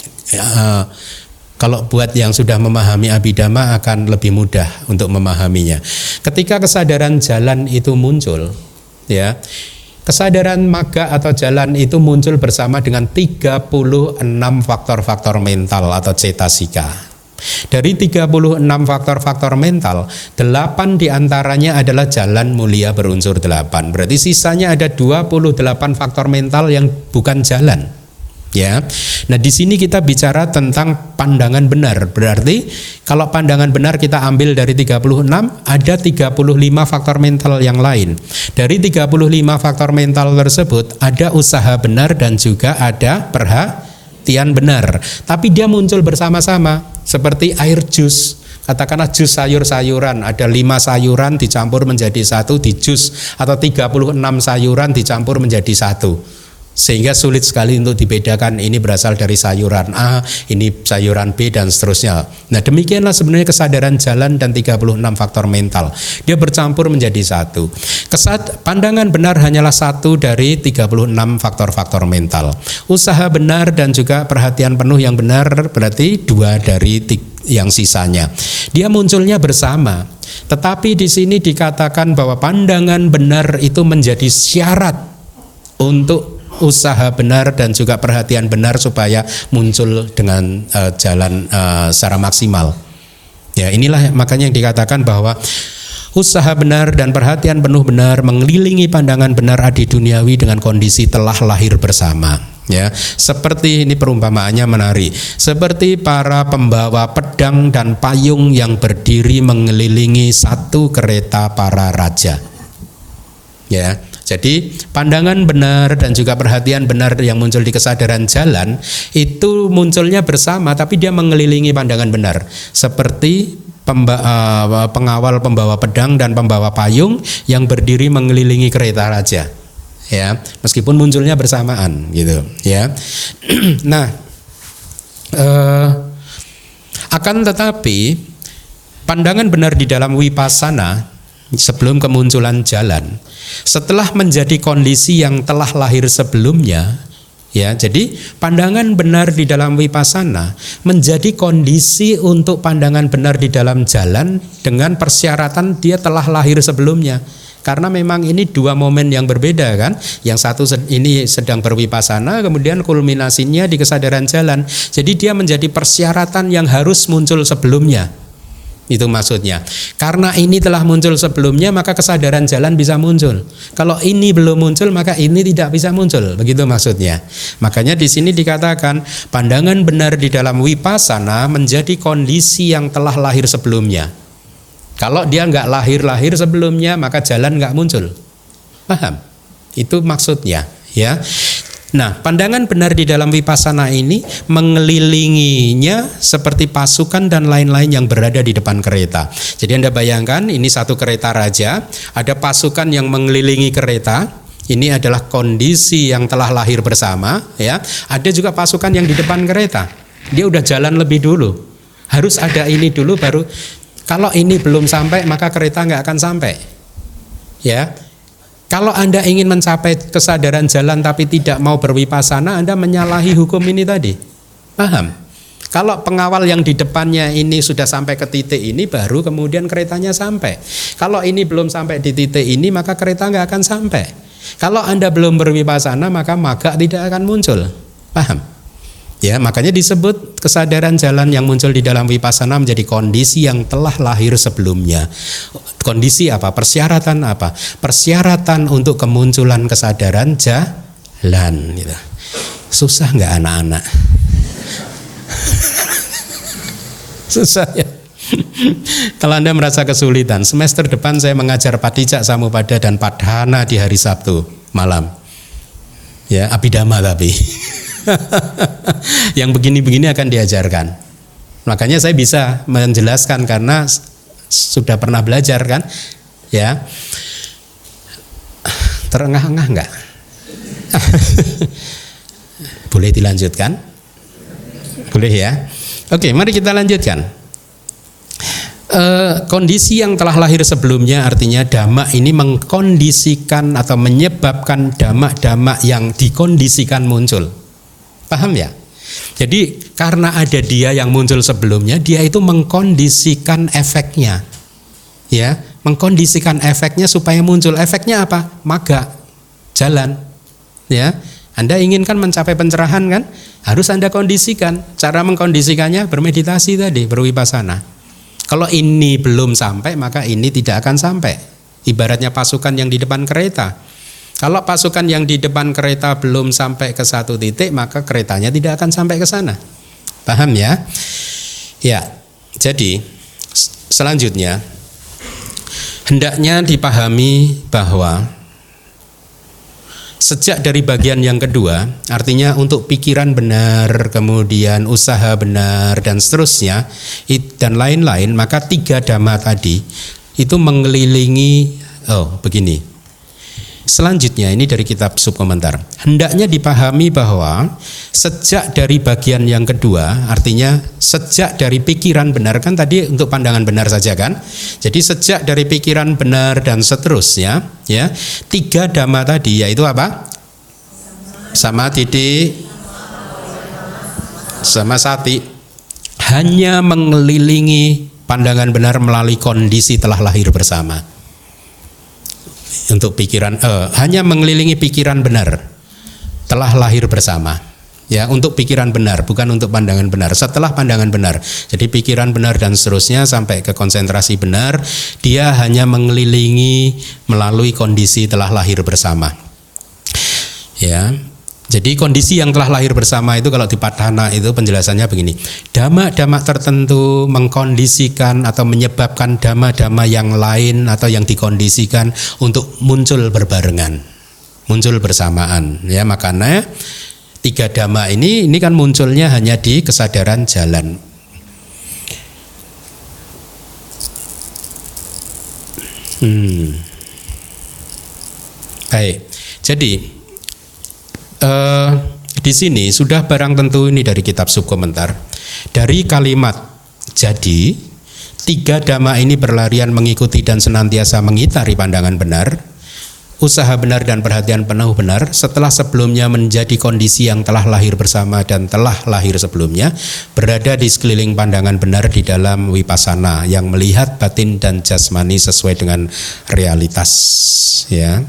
Kalau buat yang sudah memahami Abhidhamma akan lebih mudah untuk memahaminya. Ketika kesadaran jalan itu muncul, ya, kesadaran magga atau jalan itu muncul bersama dengan 36 faktor-faktor mental atau cetasika. Dari 36 faktor-faktor mental, 8 diantaranya adalah jalan mulia berunsur 8. Berarti sisanya ada 28 faktor mental yang bukan jalan. Ya, nah di sini kita bicara tentang pandangan benar. Berarti kalau pandangan benar kita ambil dari 36, ada 35 faktor mental yang lain. Dari 35 faktor mental tersebut ada usaha benar dan juga ada perhatian benar. Tapi dia muncul bersama-sama seperti air jus. Katakanlah jus sayur-sayuran, ada 5 sayuran dicampur menjadi satu di jus, atau 36 sayuran dicampur menjadi satu. Sehingga sulit sekali untuk dibedakan ini berasal dari sayuran A, ini sayuran B, dan seterusnya. Nah, demikianlah sebenarnya kesadaran jalan dan 36 faktor mental. Dia bercampur menjadi satu. Pandangan benar hanyalah satu dari 36 faktor-faktor mental. Usaha benar dan juga perhatian penuh yang benar berarti 2 dari yang sisanya. Dia munculnya bersama. Tetapi di sini dikatakan bahwa pandangan benar itu menjadi syarat untuk usaha benar dan juga perhatian benar supaya muncul dengan jalan secara maksimal. Ya, inilah makanya yang dikatakan bahwa usaha benar dan perhatian penuh benar mengelilingi pandangan benar adi duniawi dengan kondisi telah lahir bersama. Ya, seperti ini perumpamaannya menarik. Seperti para pembawa pedang dan payung yang berdiri mengelilingi satu kereta para raja. Ya. Jadi pandangan benar dan juga perhatian benar yang muncul di kesadaran jalan itu munculnya bersama, tapi dia mengelilingi pandangan benar. Seperti pengawal pembawa pedang dan pembawa payung yang berdiri mengelilingi kereta raja. Ya, meskipun munculnya bersamaan gitu. Ya, nah, akan tetapi pandangan benar di dalam vipassana sebelum kemunculan jalan, setelah menjadi kondisi yang telah lahir sebelumnya, ya, jadi pandangan benar di dalam vipassana menjadi kondisi untuk pandangan benar di dalam jalan dengan persyaratan dia telah lahir sebelumnya. Karena memang ini 2 momen yang berbeda kan. Yang satu ini sedang bervipassana, kemudian kulminasinya di kesadaran jalan. Jadi dia menjadi persyaratan yang harus muncul sebelumnya. Itu maksudnya. Karena ini telah muncul sebelumnya, maka kesadaran jalan bisa muncul. Kalau ini belum muncul, maka ini tidak bisa muncul. Begitu maksudnya. Makanya di sini dikatakan pandangan benar di dalam vipassana menjadi kondisi yang telah lahir sebelumnya. Kalau dia nggak lahir sebelumnya, maka jalan nggak muncul. Paham? Itu maksudnya, ya. Nah, pandangan benar di dalam vipassana ini mengelilinginya seperti pasukan dan lain-lain yang berada di depan kereta. Jadi Anda bayangkan ini satu kereta raja, ada pasukan yang mengelilingi kereta. Ini adalah kondisi yang telah lahir bersama, ya. Ada juga pasukan yang di depan kereta. Dia udah jalan lebih dulu. Harus ada ini dulu baru. Kalau ini belum sampai, maka kereta nggak akan sampai. Ya. Kalau Anda ingin mencapai kesadaran jalan tapi tidak mau bervipassana, Anda menyalahi hukum ini tadi. Paham? Kalau pengawal yang di depannya ini sudah sampai ke titik ini, baru kemudian keretanya sampai. Kalau ini belum sampai di titik ini, maka kereta nggak akan sampai. Kalau Anda belum bervipassana, maka magga tidak akan muncul. Paham? Ya, makanya disebut kesadaran jalan yang muncul di dalam vipassana menjadi kondisi yang telah lahir sebelumnya. Kondisi apa? Persyaratan apa? Persyaratan untuk kemunculan kesadaran jalan. Gitu. Susah nggak anak-anak? Susah ya. Kalau Anda merasa kesulitan, semester depan saya mengajar Patijak Samuppada dan Padhana di hari Sabtu malam. Ya, Abhidhamma tapi. Yang begini-begini akan diajarkan. Makanya saya bisa menjelaskan karena sudah pernah belajar kan? Ya. Terengah-engah enggak? Boleh dilanjutkan? Boleh ya? Oke, mari kita lanjutkan. Kondisi yang telah lahir sebelumnya, artinya dhamma ini mengkondisikan atau menyebabkan dhamma-dhamma yang dikondisikan muncul. Paham ya? Jadi karena ada dia yang muncul sebelumnya, dia itu mengkondisikan efeknya. Ya, mengkondisikan efeknya supaya muncul. Efeknya apa? Magga, jalan. Ya, Anda inginkan mencapai pencerahan kan? Harus Anda kondisikan. Cara mengkondisikannya bermeditasi tadi, berwipasana. Kalau ini belum sampai, maka ini tidak akan sampai. Ibaratnya pasukan yang di depan kereta. Kalau pasukan yang di depan kereta belum sampai ke satu titik, maka keretanya tidak akan sampai ke sana. Paham ya? Ya, jadi selanjutnya hendaknya dipahami bahwa sejak dari bagian yang kedua, artinya untuk pikiran benar, kemudian usaha benar dan seterusnya dan lain-lain, maka 3 dhamma tadi itu mengelilingi begini. Selanjutnya ini dari kitab subkomentar. Hendaknya dipahami bahwa sejak dari bagian yang kedua, artinya sejak dari pikiran benar, kan tadi untuk pandangan benar saja kan. Jadi sejak dari pikiran benar dan seterusnya, ya, 3 dhamma tadi yaitu apa? Sama titik, sama sati, hanya mengelilingi pandangan benar melalui kondisi telah lahir bersama. Untuk pikiran hanya mengelilingi pikiran benar telah lahir bersama, ya, untuk pikiran benar, bukan untuk pandangan benar. Setelah pandangan benar, jadi pikiran benar dan seterusnya sampai ke konsentrasi benar, dia hanya mengelilingi melalui kondisi telah lahir bersama, ya. Jadi kondisi yang telah lahir bersama itu kalau di Padhana itu penjelasannya begini. Dhamma-dhamma tertentu mengkondisikan atau menyebabkan dhamma-dhamma yang lain atau yang dikondisikan untuk muncul berbarengan, muncul bersamaan. Ya, makanya 3 dhamma ini kan munculnya hanya di kesadaran jalan. Baik. Jadi di sini sudah barang tentu ini dari kitab subkomentar. Dari kalimat jadi 3 dhamma ini berlarian mengikuti dan senantiasa mengitari pandangan benar, usaha benar dan perhatian penuh benar setelah sebelumnya menjadi kondisi yang telah lahir bersama dan telah lahir sebelumnya, berada di sekeliling pandangan benar di dalam wipasana yang melihat batin dan jasmani sesuai dengan realitas, ya.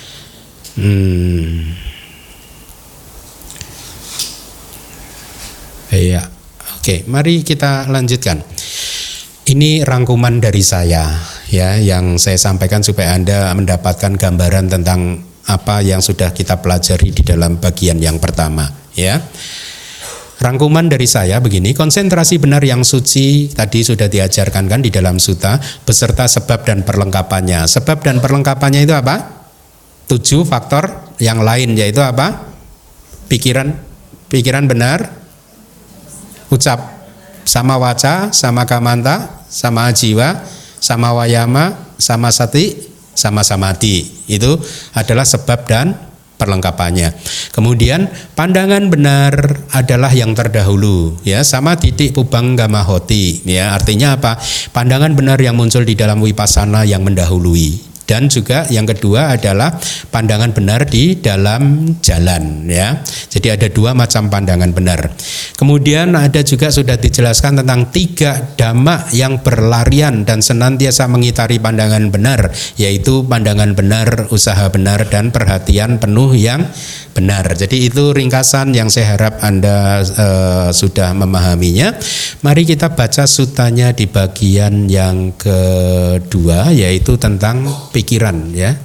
Ya, oke, mari kita lanjutkan. Ini rangkuman dari saya, ya, yang saya sampaikan supaya Anda mendapatkan gambaran tentang apa yang sudah kita pelajari di dalam bagian yang pertama, ya. Rangkuman dari saya begini, konsentrasi benar yang suci tadi sudah diajarkan kan di dalam sutta beserta sebab dan perlengkapannya. Sebab dan perlengkapannya itu apa? 7 faktor yang lain, yaitu apa? Pikiran benar, ucap, sama waca, sama kamanta, sama jiwa, sama wayama, sama sati, sama samadhi. Itu adalah sebab dan perlengkapannya. Kemudian pandangan benar adalah yang terdahulu, ya, sama titik pubbanggama hoti, ya, artinya apa? Pandangan benar yang muncul di dalam wipasana yang mendahului. Dan juga yang kedua adalah pandangan benar di dalam jalan, ya. Jadi ada 2 macam pandangan benar. Kemudian ada juga sudah dijelaskan tentang 3 dhamma yang berlarian dan senantiasa mengitari pandangan benar, yaitu pandangan benar, usaha benar, dan perhatian penuh yang benar. Jadi itu ringkasan yang saya harap Anda sudah memahaminya. Mari kita baca sutanya di bagian yang kedua, yaitu tentang pikiran, ya.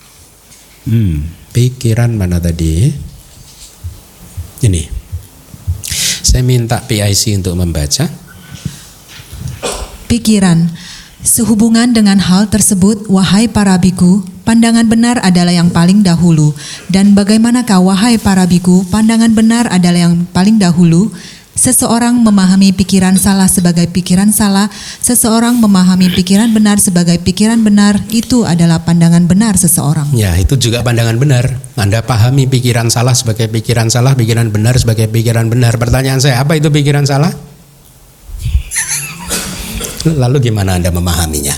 Pikiran mana tadi? Ini. Saya minta PIC untuk membaca. Pikiran. Sehubungan dengan hal tersebut, wahai para biku, pandangan benar adalah yang paling dahulu. Dan bagaimanakah wahai para biku, pandangan benar adalah yang paling dahulu? Seseorang memahami pikiran salah sebagai pikiran salah, seseorang memahami pikiran benar sebagai pikiran benar, itu adalah pandangan benar seseorang. Ya, itu juga pandangan benar. Anda pahami pikiran salah sebagai pikiran salah, pikiran benar sebagai pikiran benar. Pertanyaan saya, apa itu pikiran salah? Lalu gimana Anda memahaminya?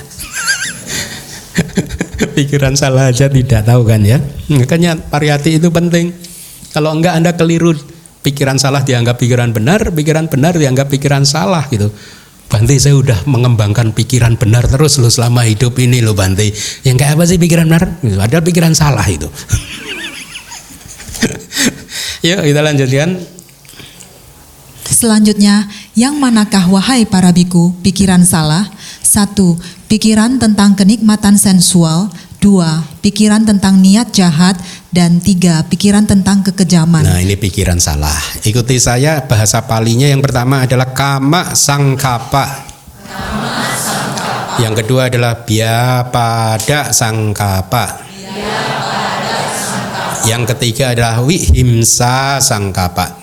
Pikiran salah aja tidak tahu kan ya. Makanya pariyati itu penting. Kalau enggak Anda keliru. Pikiran salah dianggap pikiran benar dianggap pikiran salah gitu. Bante, saya udah mengembangkan pikiran benar terus loh selama hidup ini loh Bante. Yang kayak apa sih pikiran benar? Ada pikiran salah itu. Yuk kita lanjutkan. Selanjutnya, yang manakah wahai para biku pikiran salah? 1. Pikiran tentang kenikmatan sensual. 2. Pikiran tentang niat jahat. Dan 3. Pikiran tentang kekejaman. Nah, ini pikiran salah. Ikuti saya, bahasa palinya yang pertama adalah kama sangkapa. Yang kedua adalah biapada sangkapa. Yang ketiga adalah wihimsa sangkapa.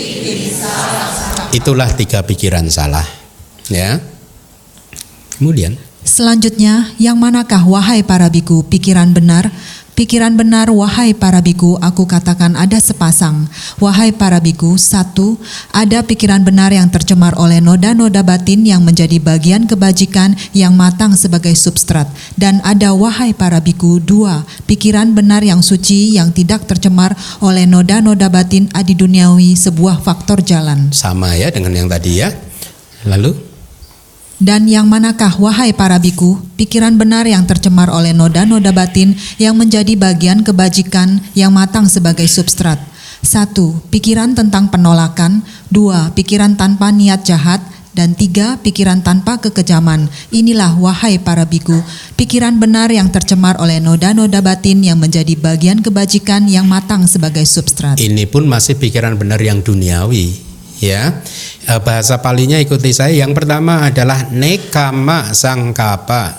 Itulah 3 pikiran salah. Ya. Kemudian selanjutnya, yang manakah wahai para biku pikiran benar? Pikiran benar, wahai para biku, aku katakan ada sepasang. Wahai para biku, 1. Ada pikiran benar yang tercemar oleh noda-noda batin yang menjadi bagian kebajikan yang matang sebagai substrat. Dan ada wahai para biku, 2. Pikiran benar yang suci yang tidak tercemar oleh noda-noda batin adi duniawi, sebuah faktor jalan. Sama ya dengan yang tadi ya. Lalu dan yang manakah wahai para biku pikiran benar yang tercemar oleh noda-noda batin yang menjadi bagian kebajikan yang matang sebagai substrat? 1. Pikiran tentang penolakan. 2. Pikiran tanpa niat jahat. Dan 3. Pikiran tanpa kekejaman. Inilah wahai para biku pikiran benar yang tercemar oleh noda-noda batin yang menjadi bagian kebajikan yang matang sebagai substrat. Ini pun masih pikiran benar yang duniawi. Ya, bahasa palinya ikuti saya. Yang pertama adalah nekama sangkapa.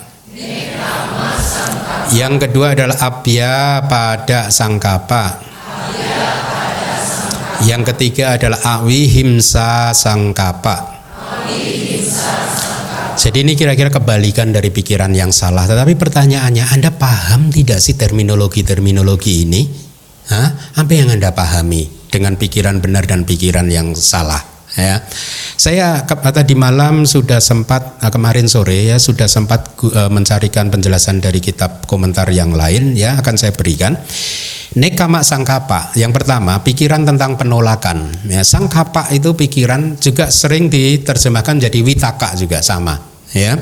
Yang kedua adalah abhyapada sangkapa. Yang ketiga adalah awihimsa sangkapa. Jadi ini kira-kira kebalikan dari pikiran yang salah. Tetapi pertanyaannya, Anda paham tidak sih terminologi ini? Apa yang Anda pahami dengan pikiran benar dan pikiran yang salah? Ya, saya tadi malam sudah sempat kemarin sore ya sudah sempat mencarikan penjelasan dari kitab komentar yang lain ya, akan saya berikan. Nekama sangkapa, yang pertama pikiran tentang penolakan. Ya, sangkapa itu pikiran juga sering diterjemahkan jadi witaka juga sama. Ya,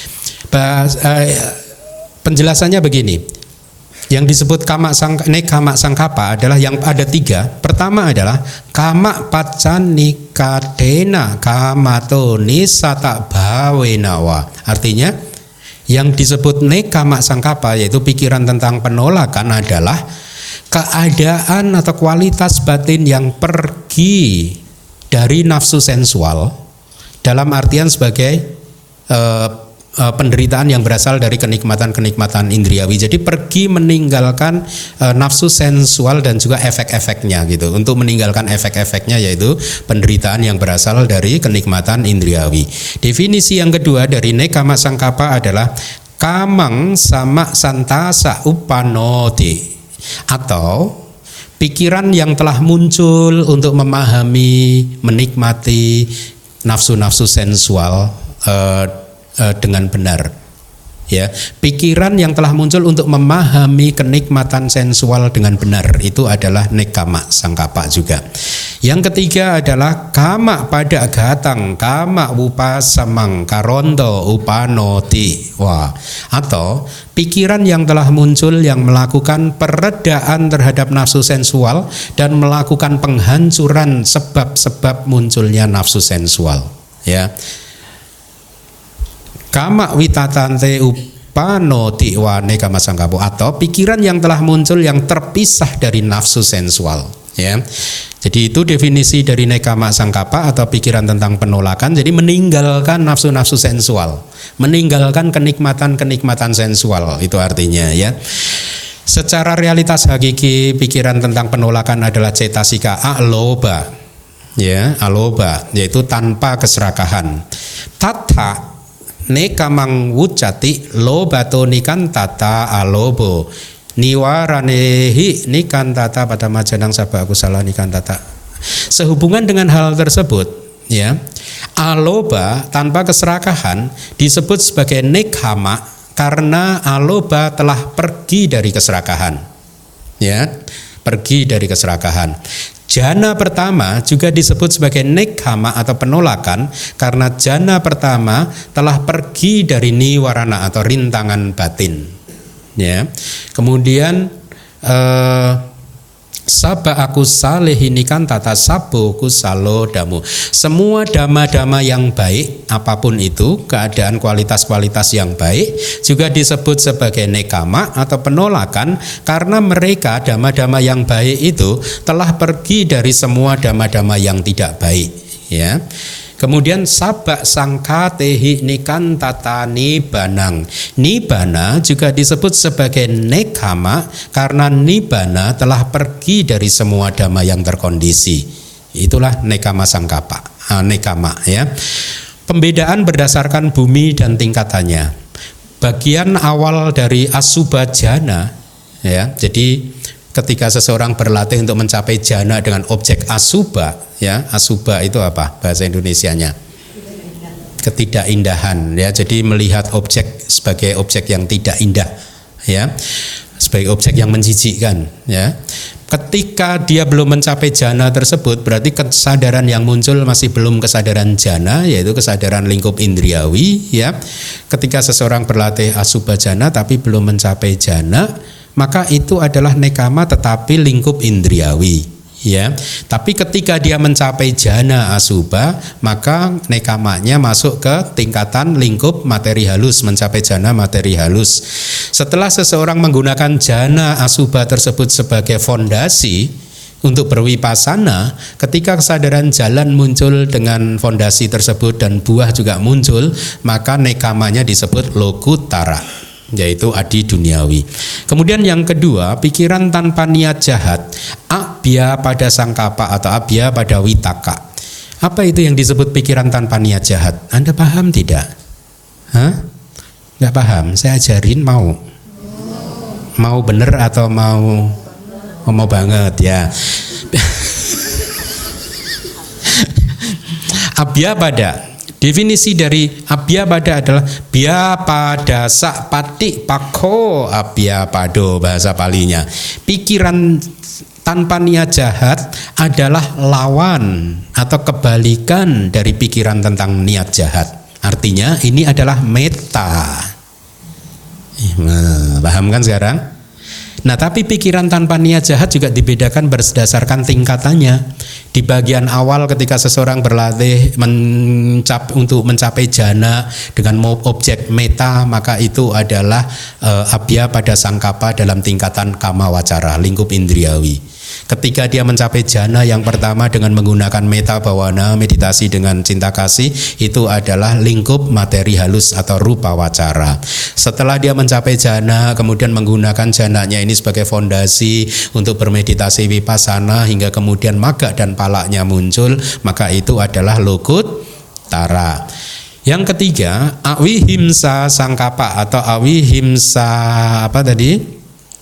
penjelasannya begini. Yang disebut nekama sangkapa adalah yang ada 3. Pertama adalah kama pacanikadena kamato nisata bawenawa. Artinya yang disebut nekama sangkapa yaitu pikiran tentang penolakan adalah keadaan atau kualitas batin yang pergi dari nafsu sensual dalam artian sebagai penderitaan yang berasal dari kenikmatan-kenikmatan indriawi. Jadi pergi meninggalkan nafsu sensual dan juga efek-efeknya gitu. Untuk meninggalkan efek-efeknya yaitu penderitaan yang berasal dari kenikmatan indriawi. Definisi yang kedua dari nekama sangkapa adalah kamang sama santasa upanoti, atau pikiran yang telah muncul untuk memahami, menikmati nafsu-nafsu sensual dengan benar. Ya, pikiran yang telah muncul untuk memahami kenikmatan sensual dengan benar itu adalah nekama sangkapa juga. Yang ketiga adalah kama pada gatang kama upasamang karonto upanoti. Atau pikiran yang telah muncul yang melakukan peredaan terhadap nafsu sensual dan melakukan penghancuran sebab-sebab munculnya nafsu sensual. Ya. Kama witatante upanoti wa nekama sangkapo, atau pikiran yang telah muncul yang terpisah dari nafsu sensual. Ya, jadi itu definisi dari nekama sangkapa atau pikiran tentang penolakan. Jadi meninggalkan nafsu-nafsu sensual, meninggalkan kenikmatan-kenikmatan sensual, itu artinya ya. Secara realitas hakiki pikiran tentang penolakan adalah cetasika aloba. Ya, aloba yaitu tanpa keserakahan. Tata nekamang wucati lobato nikantata alobo niwaranehi nikantata pada majanang sabah aku salah nikantata. Sehubungan dengan hal tersebut, ya, aloba tanpa keserakahan disebut sebagai nekhama karena aloba telah pergi dari keserakahan, ya, pergi dari keserakahan. Jana pertama juga disebut sebagai nekhama atau penolakan karena jana pertama telah pergi dari niwarana atau rintangan batin. Ya. Kemudian Saba aku salehini kan tata sabo kusalo damu. Semua dhamma-dhamma yang baik, apapun itu, keadaan kualitas-kualitas yang baik juga disebut sebagai nekama atau penolakan karena mereka dhamma-dhamma yang baik itu telah pergi dari semua dhamma-dhamma yang tidak baik, ya. Kemudian sabak sangka tehi nikan tata nibanang. Nibana juga disebut sebagai nekama karena nibana telah pergi dari semua dhamma yang terkondisi. Itulah nekama sangkapa, nekama, ya. Pembedaan berdasarkan bumi dan tingkatannya. Bagian awal dari asubha jana, ya. Jadi ketika seseorang berlatih untuk mencapai jana dengan objek asubha, ya, asubha itu apa bahasa Indonesianya? Ketidakindahan, ya. Jadi melihat objek sebagai objek yang tidak indah, ya, sebagai objek yang menjijikkan, ya. Ketika dia belum mencapai jana tersebut, berarti kesadaran yang muncul masih belum kesadaran jana, yaitu kesadaran lingkup indriawi, ya. Ketika seseorang berlatih asubha jana tapi belum mencapai jana, maka itu adalah nekama tetapi lingkup indriawi, ya. Tapi ketika dia mencapai jana asubha, maka nekamanya masuk ke tingkatan lingkup materi halus, mencapai jana materi halus. Setelah seseorang menggunakan jana asubha tersebut sebagai fondasi untuk berwipasana, ketika kesadaran jalan muncul dengan fondasi tersebut dan buah juga muncul, maka nekamanya disebut lokutara, yaitu adi duniawi. Kemudian yang kedua, pikiran tanpa niat jahat, abhya pada sangkapa atau abhya pada witaka. Apa itu yang disebut pikiran tanpa niat jahat? Anda paham tidak? Hah? Nggak paham? Saya ajarin mau? Mau bener atau mau banget, ya? Abhya pada. Definisi dari abhyapada adalah bhyapada sakpati pakho abhyapado bahasa Palinya. Pikiran tanpa niat jahat adalah lawan atau kebalikan dari pikiran tentang niat jahat. Artinya ini adalah metta. Nah, paham kan sekarang? Nah, tapi pikiran tanpa niat jahat juga dibedakan berdasarkan tingkatannya. Di bagian awal ketika seseorang berlatih untuk mencapai jana dengan objek meta, maka itu adalah abhya pada sangkapa dalam tingkatan kama wacara, lingkup indriawi. Ketika dia mencapai jana yang pertama dengan menggunakan meta bawana, meditasi dengan cinta kasih, itu adalah lingkup materi halus atau rupa wacara. Setelah dia mencapai jana, kemudian menggunakan jananya ini sebagai fondasi untuk bermeditasi vipassana hingga kemudian magga dan palaknya muncul, maka itu adalah lokutara. Yang ketiga, awihimsa sangkapa atau awihimsa apa tadi?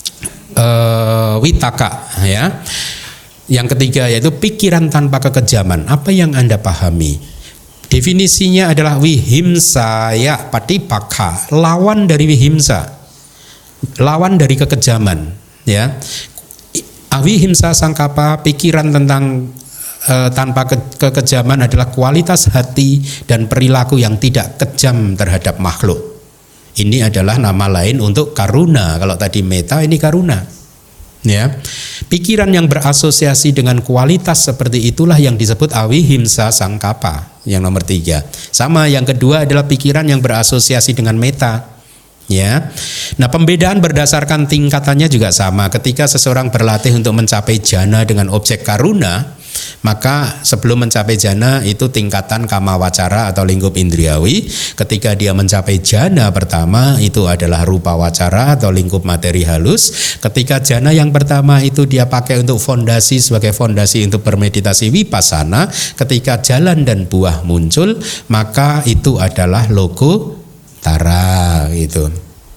Witaka, ya. Yang ketiga yaitu pikiran tanpa kekejaman. Apa yang Anda pahami? Definisinya adalah wihimsa ya patipakha, lawan dari wihimsa, lawan dari kekejaman, ya. Awihimsa sangkapa, pikiran tentang tanpa kekejaman adalah kualitas hati dan perilaku yang tidak kejam terhadap makhluk. Ini adalah nama lain untuk karuna. Kalau tadi meta, ini karuna, ya. Pikiran yang berasosiasi dengan kualitas seperti itulah yang disebut awihimsa sangkapa. Yang nomor 3. Sama, yang kedua adalah pikiran yang berasosiasi dengan meta, ya. Nah, pembedaan berdasarkan tingkatannya juga sama. Ketika seseorang berlatih untuk mencapai jana dengan objek karuna, Maka sebelum mencapai jana itu tingkatan kama wacara atau lingkup indriawi. Ketika dia mencapai jana pertama itu adalah rupa wacara atau lingkup materi halus. Ketika jana yang pertama itu dia pakai untuk fondasi sebagai fondasi untuk bermeditasi vipassana. Ketika jalan dan buah muncul, maka itu adalah lokutara itu.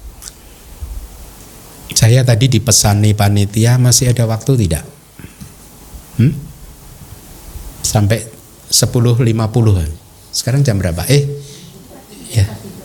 Saya tadi dipesani panitia, masih ada waktu tidak? Sampai 10.50. Sekarang jam berapa? Ya.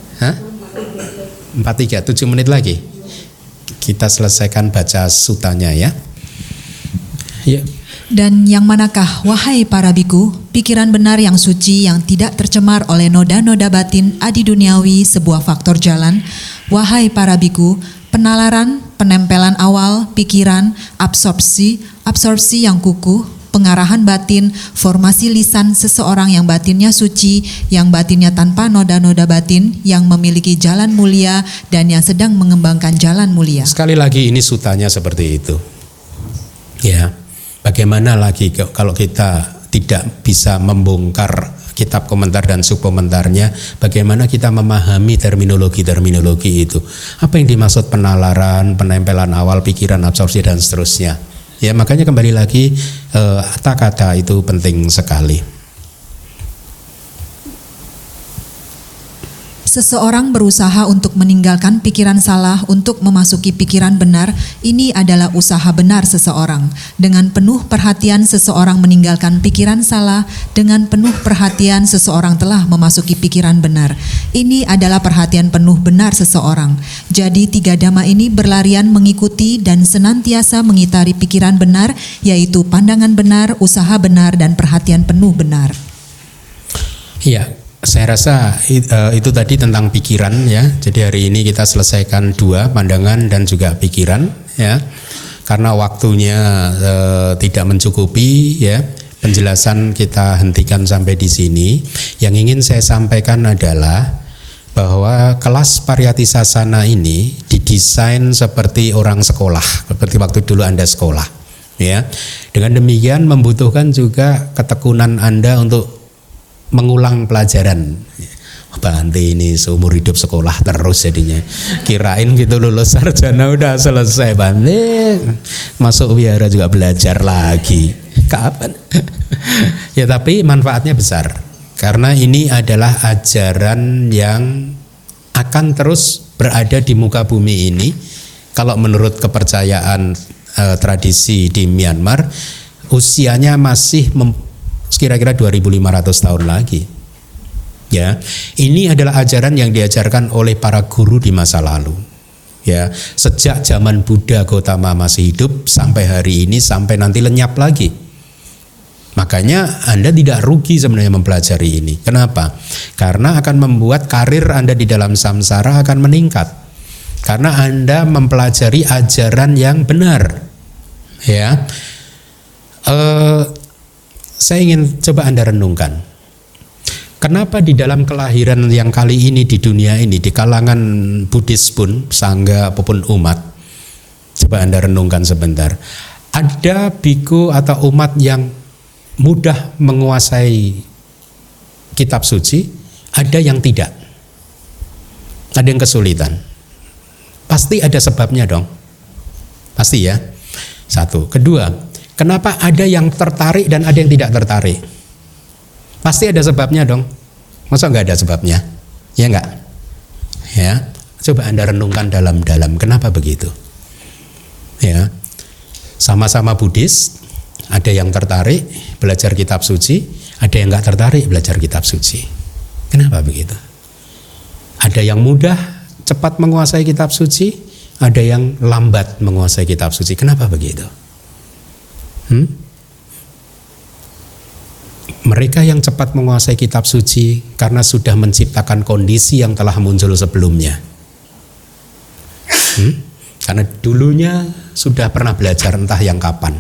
4.3, 7 menit lagi. Kita selesaikan baca sutanya ya. Ya. Dan yang manakah, wahai para biku, pikiran benar yang suci yang tidak tercemar oleh noda-noda batin adi duniawi sebuah faktor jalan? Wahai para biku, penalaran, penempelan awal, pikiran, absorpsi yang kukuh, pengarahan batin, formasi lisan seseorang yang batinnya suci, yang batinnya tanpa noda-noda batin, yang memiliki jalan mulia dan yang sedang mengembangkan jalan mulia. Sekali lagi ini sutanya seperti itu. Ya, bagaimana lagi kalau kita tidak bisa membongkar kitab komentar dan subkomentarnya, bagaimana kita memahami terminologi-terminologi itu? Apa yang dimaksud penalaran, penempelan awal, pikiran, absorpsi dan seterusnya? Ya, makanya kembali lagi kata-kata itu penting sekali. Seseorang berusaha untuk meninggalkan pikiran salah untuk memasuki pikiran benar, ini adalah usaha benar seseorang. Dengan penuh perhatian seseorang meninggalkan pikiran salah, dengan penuh perhatian seseorang telah memasuki pikiran benar. Ini adalah perhatian penuh benar seseorang. Jadi 3 dhamma ini berlarian mengikuti dan senantiasa mengitari pikiran benar, yaitu pandangan benar, usaha benar, dan perhatian penuh benar. Iya. Saya rasa itu tadi tentang pikiran ya. Jadi hari ini kita selesaikan 2, pandangan dan juga pikiran ya. Karena waktunya tidak mencukupi ya. Penjelasan kita hentikan sampai di sini. Yang ingin saya sampaikan adalah bahwa kelas Pariyatisasana ini didesain seperti orang sekolah, seperti waktu dulu Anda sekolah ya. Dengan demikian membutuhkan juga ketekunan Anda untuk mengulang pelajaran. Bante ini seumur hidup sekolah terus jadinya. Kirain gitu lulus sarjana udah selesai, Bante masuk wihara juga belajar lagi. Kapan? Ya tapi manfaatnya besar. Karena ini adalah ajaran yang akan terus berada di muka bumi ini. Kalau menurut kepercayaan tradisi di Myanmar, usianya masih kira-kira 2.500 tahun lagi. Ya, ini adalah ajaran yang diajarkan oleh para guru di masa lalu. Ya, sejak zaman Buddha Gautama masih hidup sampai hari ini, sampai nanti lenyap lagi. Makanya Anda tidak rugi sebenarnya mempelajari ini. Kenapa? Karena akan membuat karir Anda di dalam samsara akan meningkat. Karena Anda mempelajari ajaran yang benar. Ya. Saya ingin coba Anda renungkan. Kenapa di dalam kelahiran yang kali ini di dunia ini, di kalangan Buddhis pun, sangga apapun umat, coba Anda renungkan sebentar. Ada biku atau umat yang mudah menguasai kitab suci, ada yang tidak. Ada yang kesulitan. Pasti ada sebabnya dong. Pasti ya. 1. Kedua, kenapa ada yang tertarik dan ada yang tidak tertarik? Pasti ada sebabnya dong. Masa nggak ada sebabnya? Ya nggak? Ya, coba Anda renungkan dalam-dalam. Kenapa begitu? Ya, sama-sama Buddhis, ada yang tertarik belajar kitab suci, ada yang nggak tertarik belajar kitab suci. Kenapa begitu? Ada yang mudah cepat menguasai kitab suci, ada yang lambat menguasai kitab suci. Kenapa begitu? Mereka yang cepat menguasai kitab suci karena sudah menciptakan kondisi yang telah muncul sebelumnya. Karena dulunya sudah pernah belajar entah yang kapan.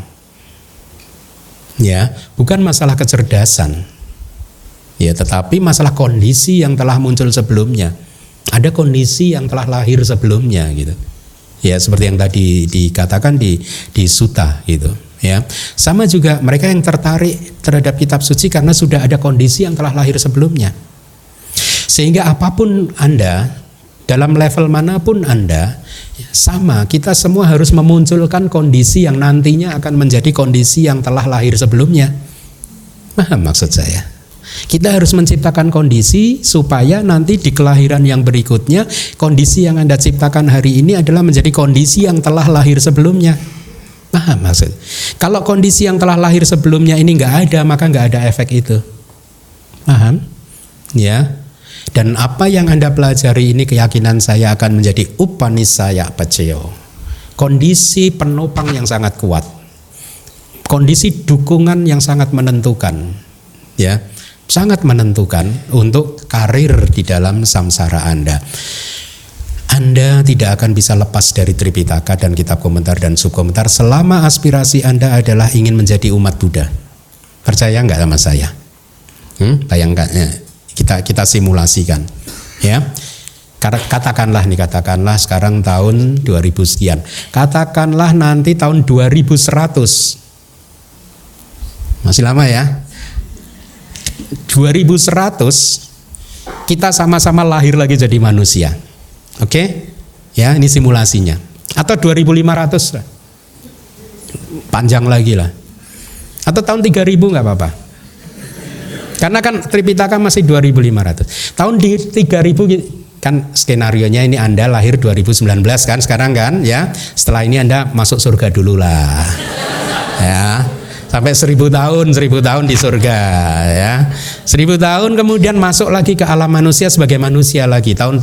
Ya, bukan masalah kecerdasan. Ya, tetapi masalah kondisi yang telah muncul sebelumnya. Ada kondisi yang telah lahir sebelumnya gitu. Ya, seperti yang tadi dikatakan di sutta gitu. Ya, sama juga mereka yang tertarik terhadap kitab suci karena sudah ada kondisi yang telah lahir sebelumnya. Sehingga apapun Anda, dalam level manapun Anda, sama, kita semua harus memunculkan kondisi yang nantinya akan menjadi kondisi yang telah lahir sebelumnya. Paham maksud saya? Kita harus menciptakan kondisi supaya nanti di kelahiran yang berikutnya, kondisi yang Anda ciptakan hari ini adalah menjadi kondisi yang telah lahir sebelumnya. Paham maksud? Kalau kondisi yang telah lahir sebelumnya ini nggak ada, maka nggak ada efek itu. Paham? Ya. Dan apa yang Anda pelajari ini, keyakinan saya akan menjadi upanisaya paceo. Kondisi penopang yang sangat kuat. Kondisi dukungan yang sangat menentukan. Ya. Sangat menentukan untuk karir di dalam samsara Anda. Anda tidak akan bisa lepas dari Tripitaka dan kitab komentar dan subkomentar selama aspirasi Anda adalah ingin menjadi umat Buddha. Percaya nggak sama saya? Bayangkan, kita simulasikan, ya. Katakanlah sekarang tahun 2000 sekian. Katakanlah nanti tahun 2100. Masih lama ya? 2100 kita sama-sama lahir lagi jadi manusia. Oke? Ya, ini simulasinya. Atau 2500 lah. Panjang lagi lah. Atau tahun 3000 nggak apa-apa. Karena kan Tripitaka masih 2500. Tahun di 3000 kan skenarionya ini Anda lahir 2019 kan sekarang kan, ya. Setelah ini Anda masuk surga dulu lah. Ya. Sampai 1000 tahun di surga, ya. 1000 tahun kemudian masuk lagi ke alam manusia sebagai manusia lagi tahun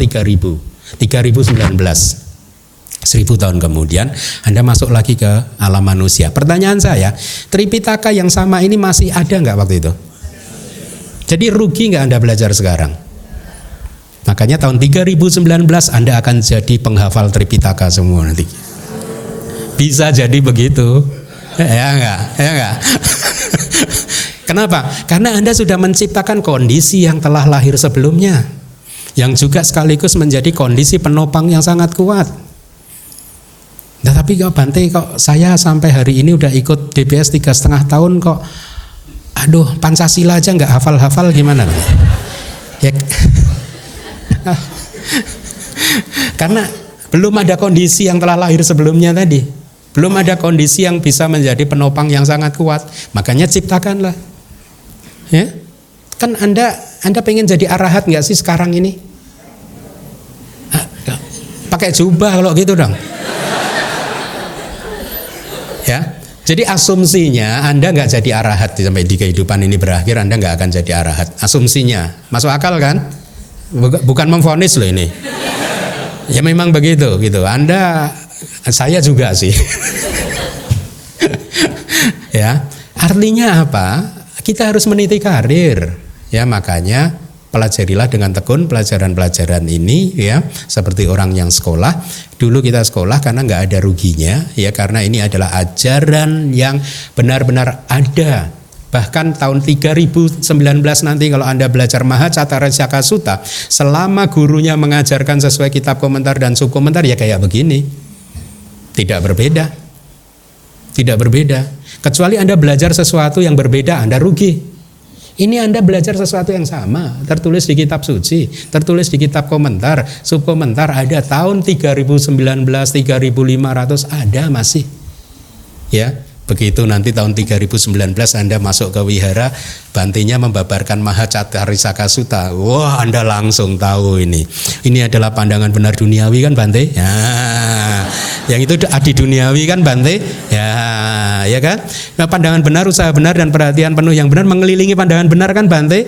3019. 1000 tahun kemudian Anda masuk lagi ke alam manusia. Pertanyaan saya, Tripitaka yang sama ini masih ada nggak waktu itu? Jadi rugi nggak Anda belajar sekarang? Makanya tahun 3019 Anda akan jadi penghafal Tripitaka semua nanti. Bisa jadi begitu. Ya enggak. Kenapa? Karena Anda sudah menciptakan kondisi yang telah lahir sebelumnya, yang juga sekaligus menjadi kondisi penopang yang sangat kuat. Nah, tapi kok Bante, kok saya sampai hari ini udah ikut DBS 3,5 tahun kok, aduh, Pancasila aja nggak hafal-hafal, gimana? Ya, karena belum ada kondisi yang telah lahir sebelumnya tadi. Belum ada kondisi yang bisa menjadi penopang yang sangat kuat. Makanya ciptakanlah. Ya. Kan Anda pengen jadi arahat nggak sih sekarang ini? Pakai jubah kalau gitu dong. Ya. Jadi asumsinya Anda nggak jadi arahat sampai di kehidupan ini berakhir, Anda nggak akan jadi arahat. Asumsinya. Masuk akal kan? Bukan memvonis loh ini. Ya memang begitu gitu. Saya juga sih. Ya, artinya apa? Kita harus meniti karir. Ya, makanya pelajarilah dengan tekun pelajaran-pelajaran ini, ya, seperti orang yang sekolah. Dulu kita sekolah karena nggak ada ruginya, ya, karena ini adalah ajaran yang benar-benar ada. Bahkan tahun 3019 nanti kalau Anda belajar Mahacattarajaka Sutta, selama gurunya mengajarkan sesuai kitab komentar dan subkomentar, ya kayak begini. Tidak berbeda. Kecuali Anda belajar sesuatu yang berbeda, Anda rugi. Ini Anda belajar sesuatu yang sama, tertulis di kitab suci, tertulis di kitab komentar, subkomentar, ada tahun 3019, 3500 ada masih. Ya. Begitu nanti tahun 3019 Anda masuk ke wihara, Bantenya membabarkan Mahacattarajaka Sutta. Wah, Anda langsung tahu ini. Ini adalah pandangan benar duniawi kan Bante? Ya. Yang itu adi duniawi kan Bante? Ya kan? Nah, pandangan benar, usaha benar dan perhatian penuh yang benar mengelilingi pandangan benar kan Bante?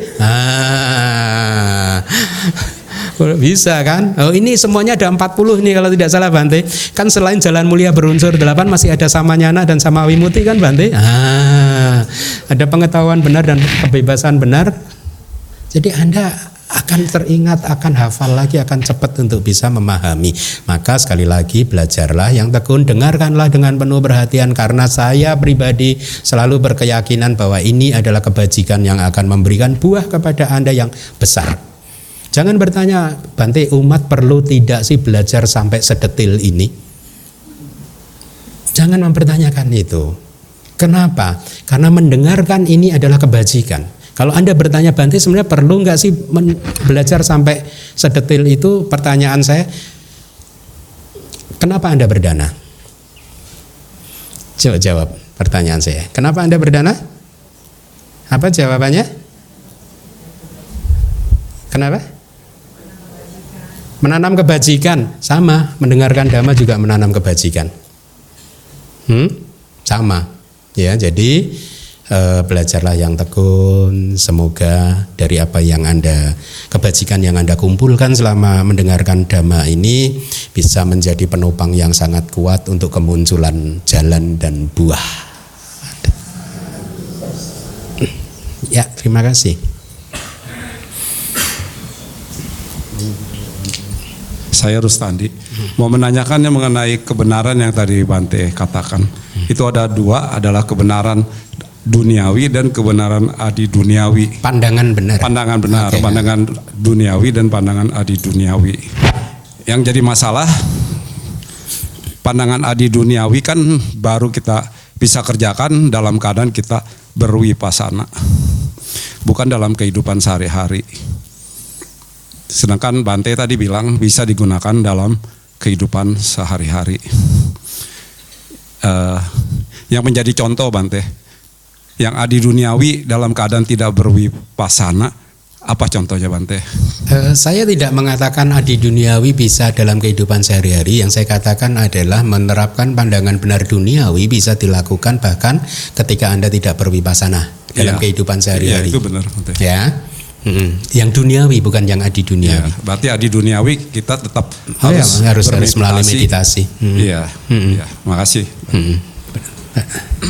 Bisa kan? Oh, ini semuanya ada 40 nih kalau tidak salah Bante. Kan selain jalan mulia berunsur 8 masih ada samanyana dan samawimuti kan Bante? Ada pengetahuan benar dan kebebasan benar. Jadi Anda akan teringat, akan hafal lagi, akan cepat untuk bisa memahami. Maka sekali lagi belajarlah yang tekun, dengarkanlah dengan penuh perhatian, karena saya pribadi selalu berkeyakinan bahwa ini adalah kebajikan yang akan memberikan buah kepada Anda yang besar. Jangan bertanya, Bante, umat perlu tidak sih belajar sampai sedetil ini? Jangan mempertanyakan itu. Kenapa? Karena mendengarkan ini adalah kebajikan. Kalau Anda bertanya Bante, sebenarnya perlu nggak sih belajar sampai sedetil itu? Pertanyaan saya, kenapa Anda berdana? Coba jawab pertanyaan saya. Kenapa Anda berdana? Apa jawabannya? Kenapa? Menanam kebajikan. Sama, mendengarkan dhamma juga menanam kebajikan. Sama. Ya, jadi belajarlah yang tekun. Semoga dari apa yang Anda, kebajikan yang Anda kumpulkan selama mendengarkan dhamma ini bisa menjadi penopang yang sangat kuat untuk kemunculan jalan dan buah. Ya, terima kasih. Saya Rustandi mau menanyakannya mengenai kebenaran yang tadi Bante katakan. Itu ada dua, adalah kebenaran duniawi dan kebenaran adi duniawi. Pandangan benar. Pandangan benar, okay. Pandangan duniawi dan pandangan adi duniawi. Yang jadi masalah, pandangan adi duniawi kan baru kita bisa kerjakan dalam keadaan kita berwipasana, bukan dalam kehidupan sehari-hari. Sedangkan Bante tadi bilang bisa digunakan dalam kehidupan sehari-hari. Yang menjadi contoh Bante, yang adi duniawi dalam keadaan tidak berwipasana, apa contohnya Bante? Saya tidak mengatakan adi duniawi bisa dalam kehidupan sehari-hari. Yang saya katakan adalah menerapkan pandangan benar duniawi bisa dilakukan bahkan ketika Anda tidak berwipasana dalam kehidupan sehari-hari. Iya, itu benar Bante. Ya. Yang duniawi bukan yang adi duniawi. Ya, berarti adi duniawi kita tetap harus melalui meditasi. Iya, makasih.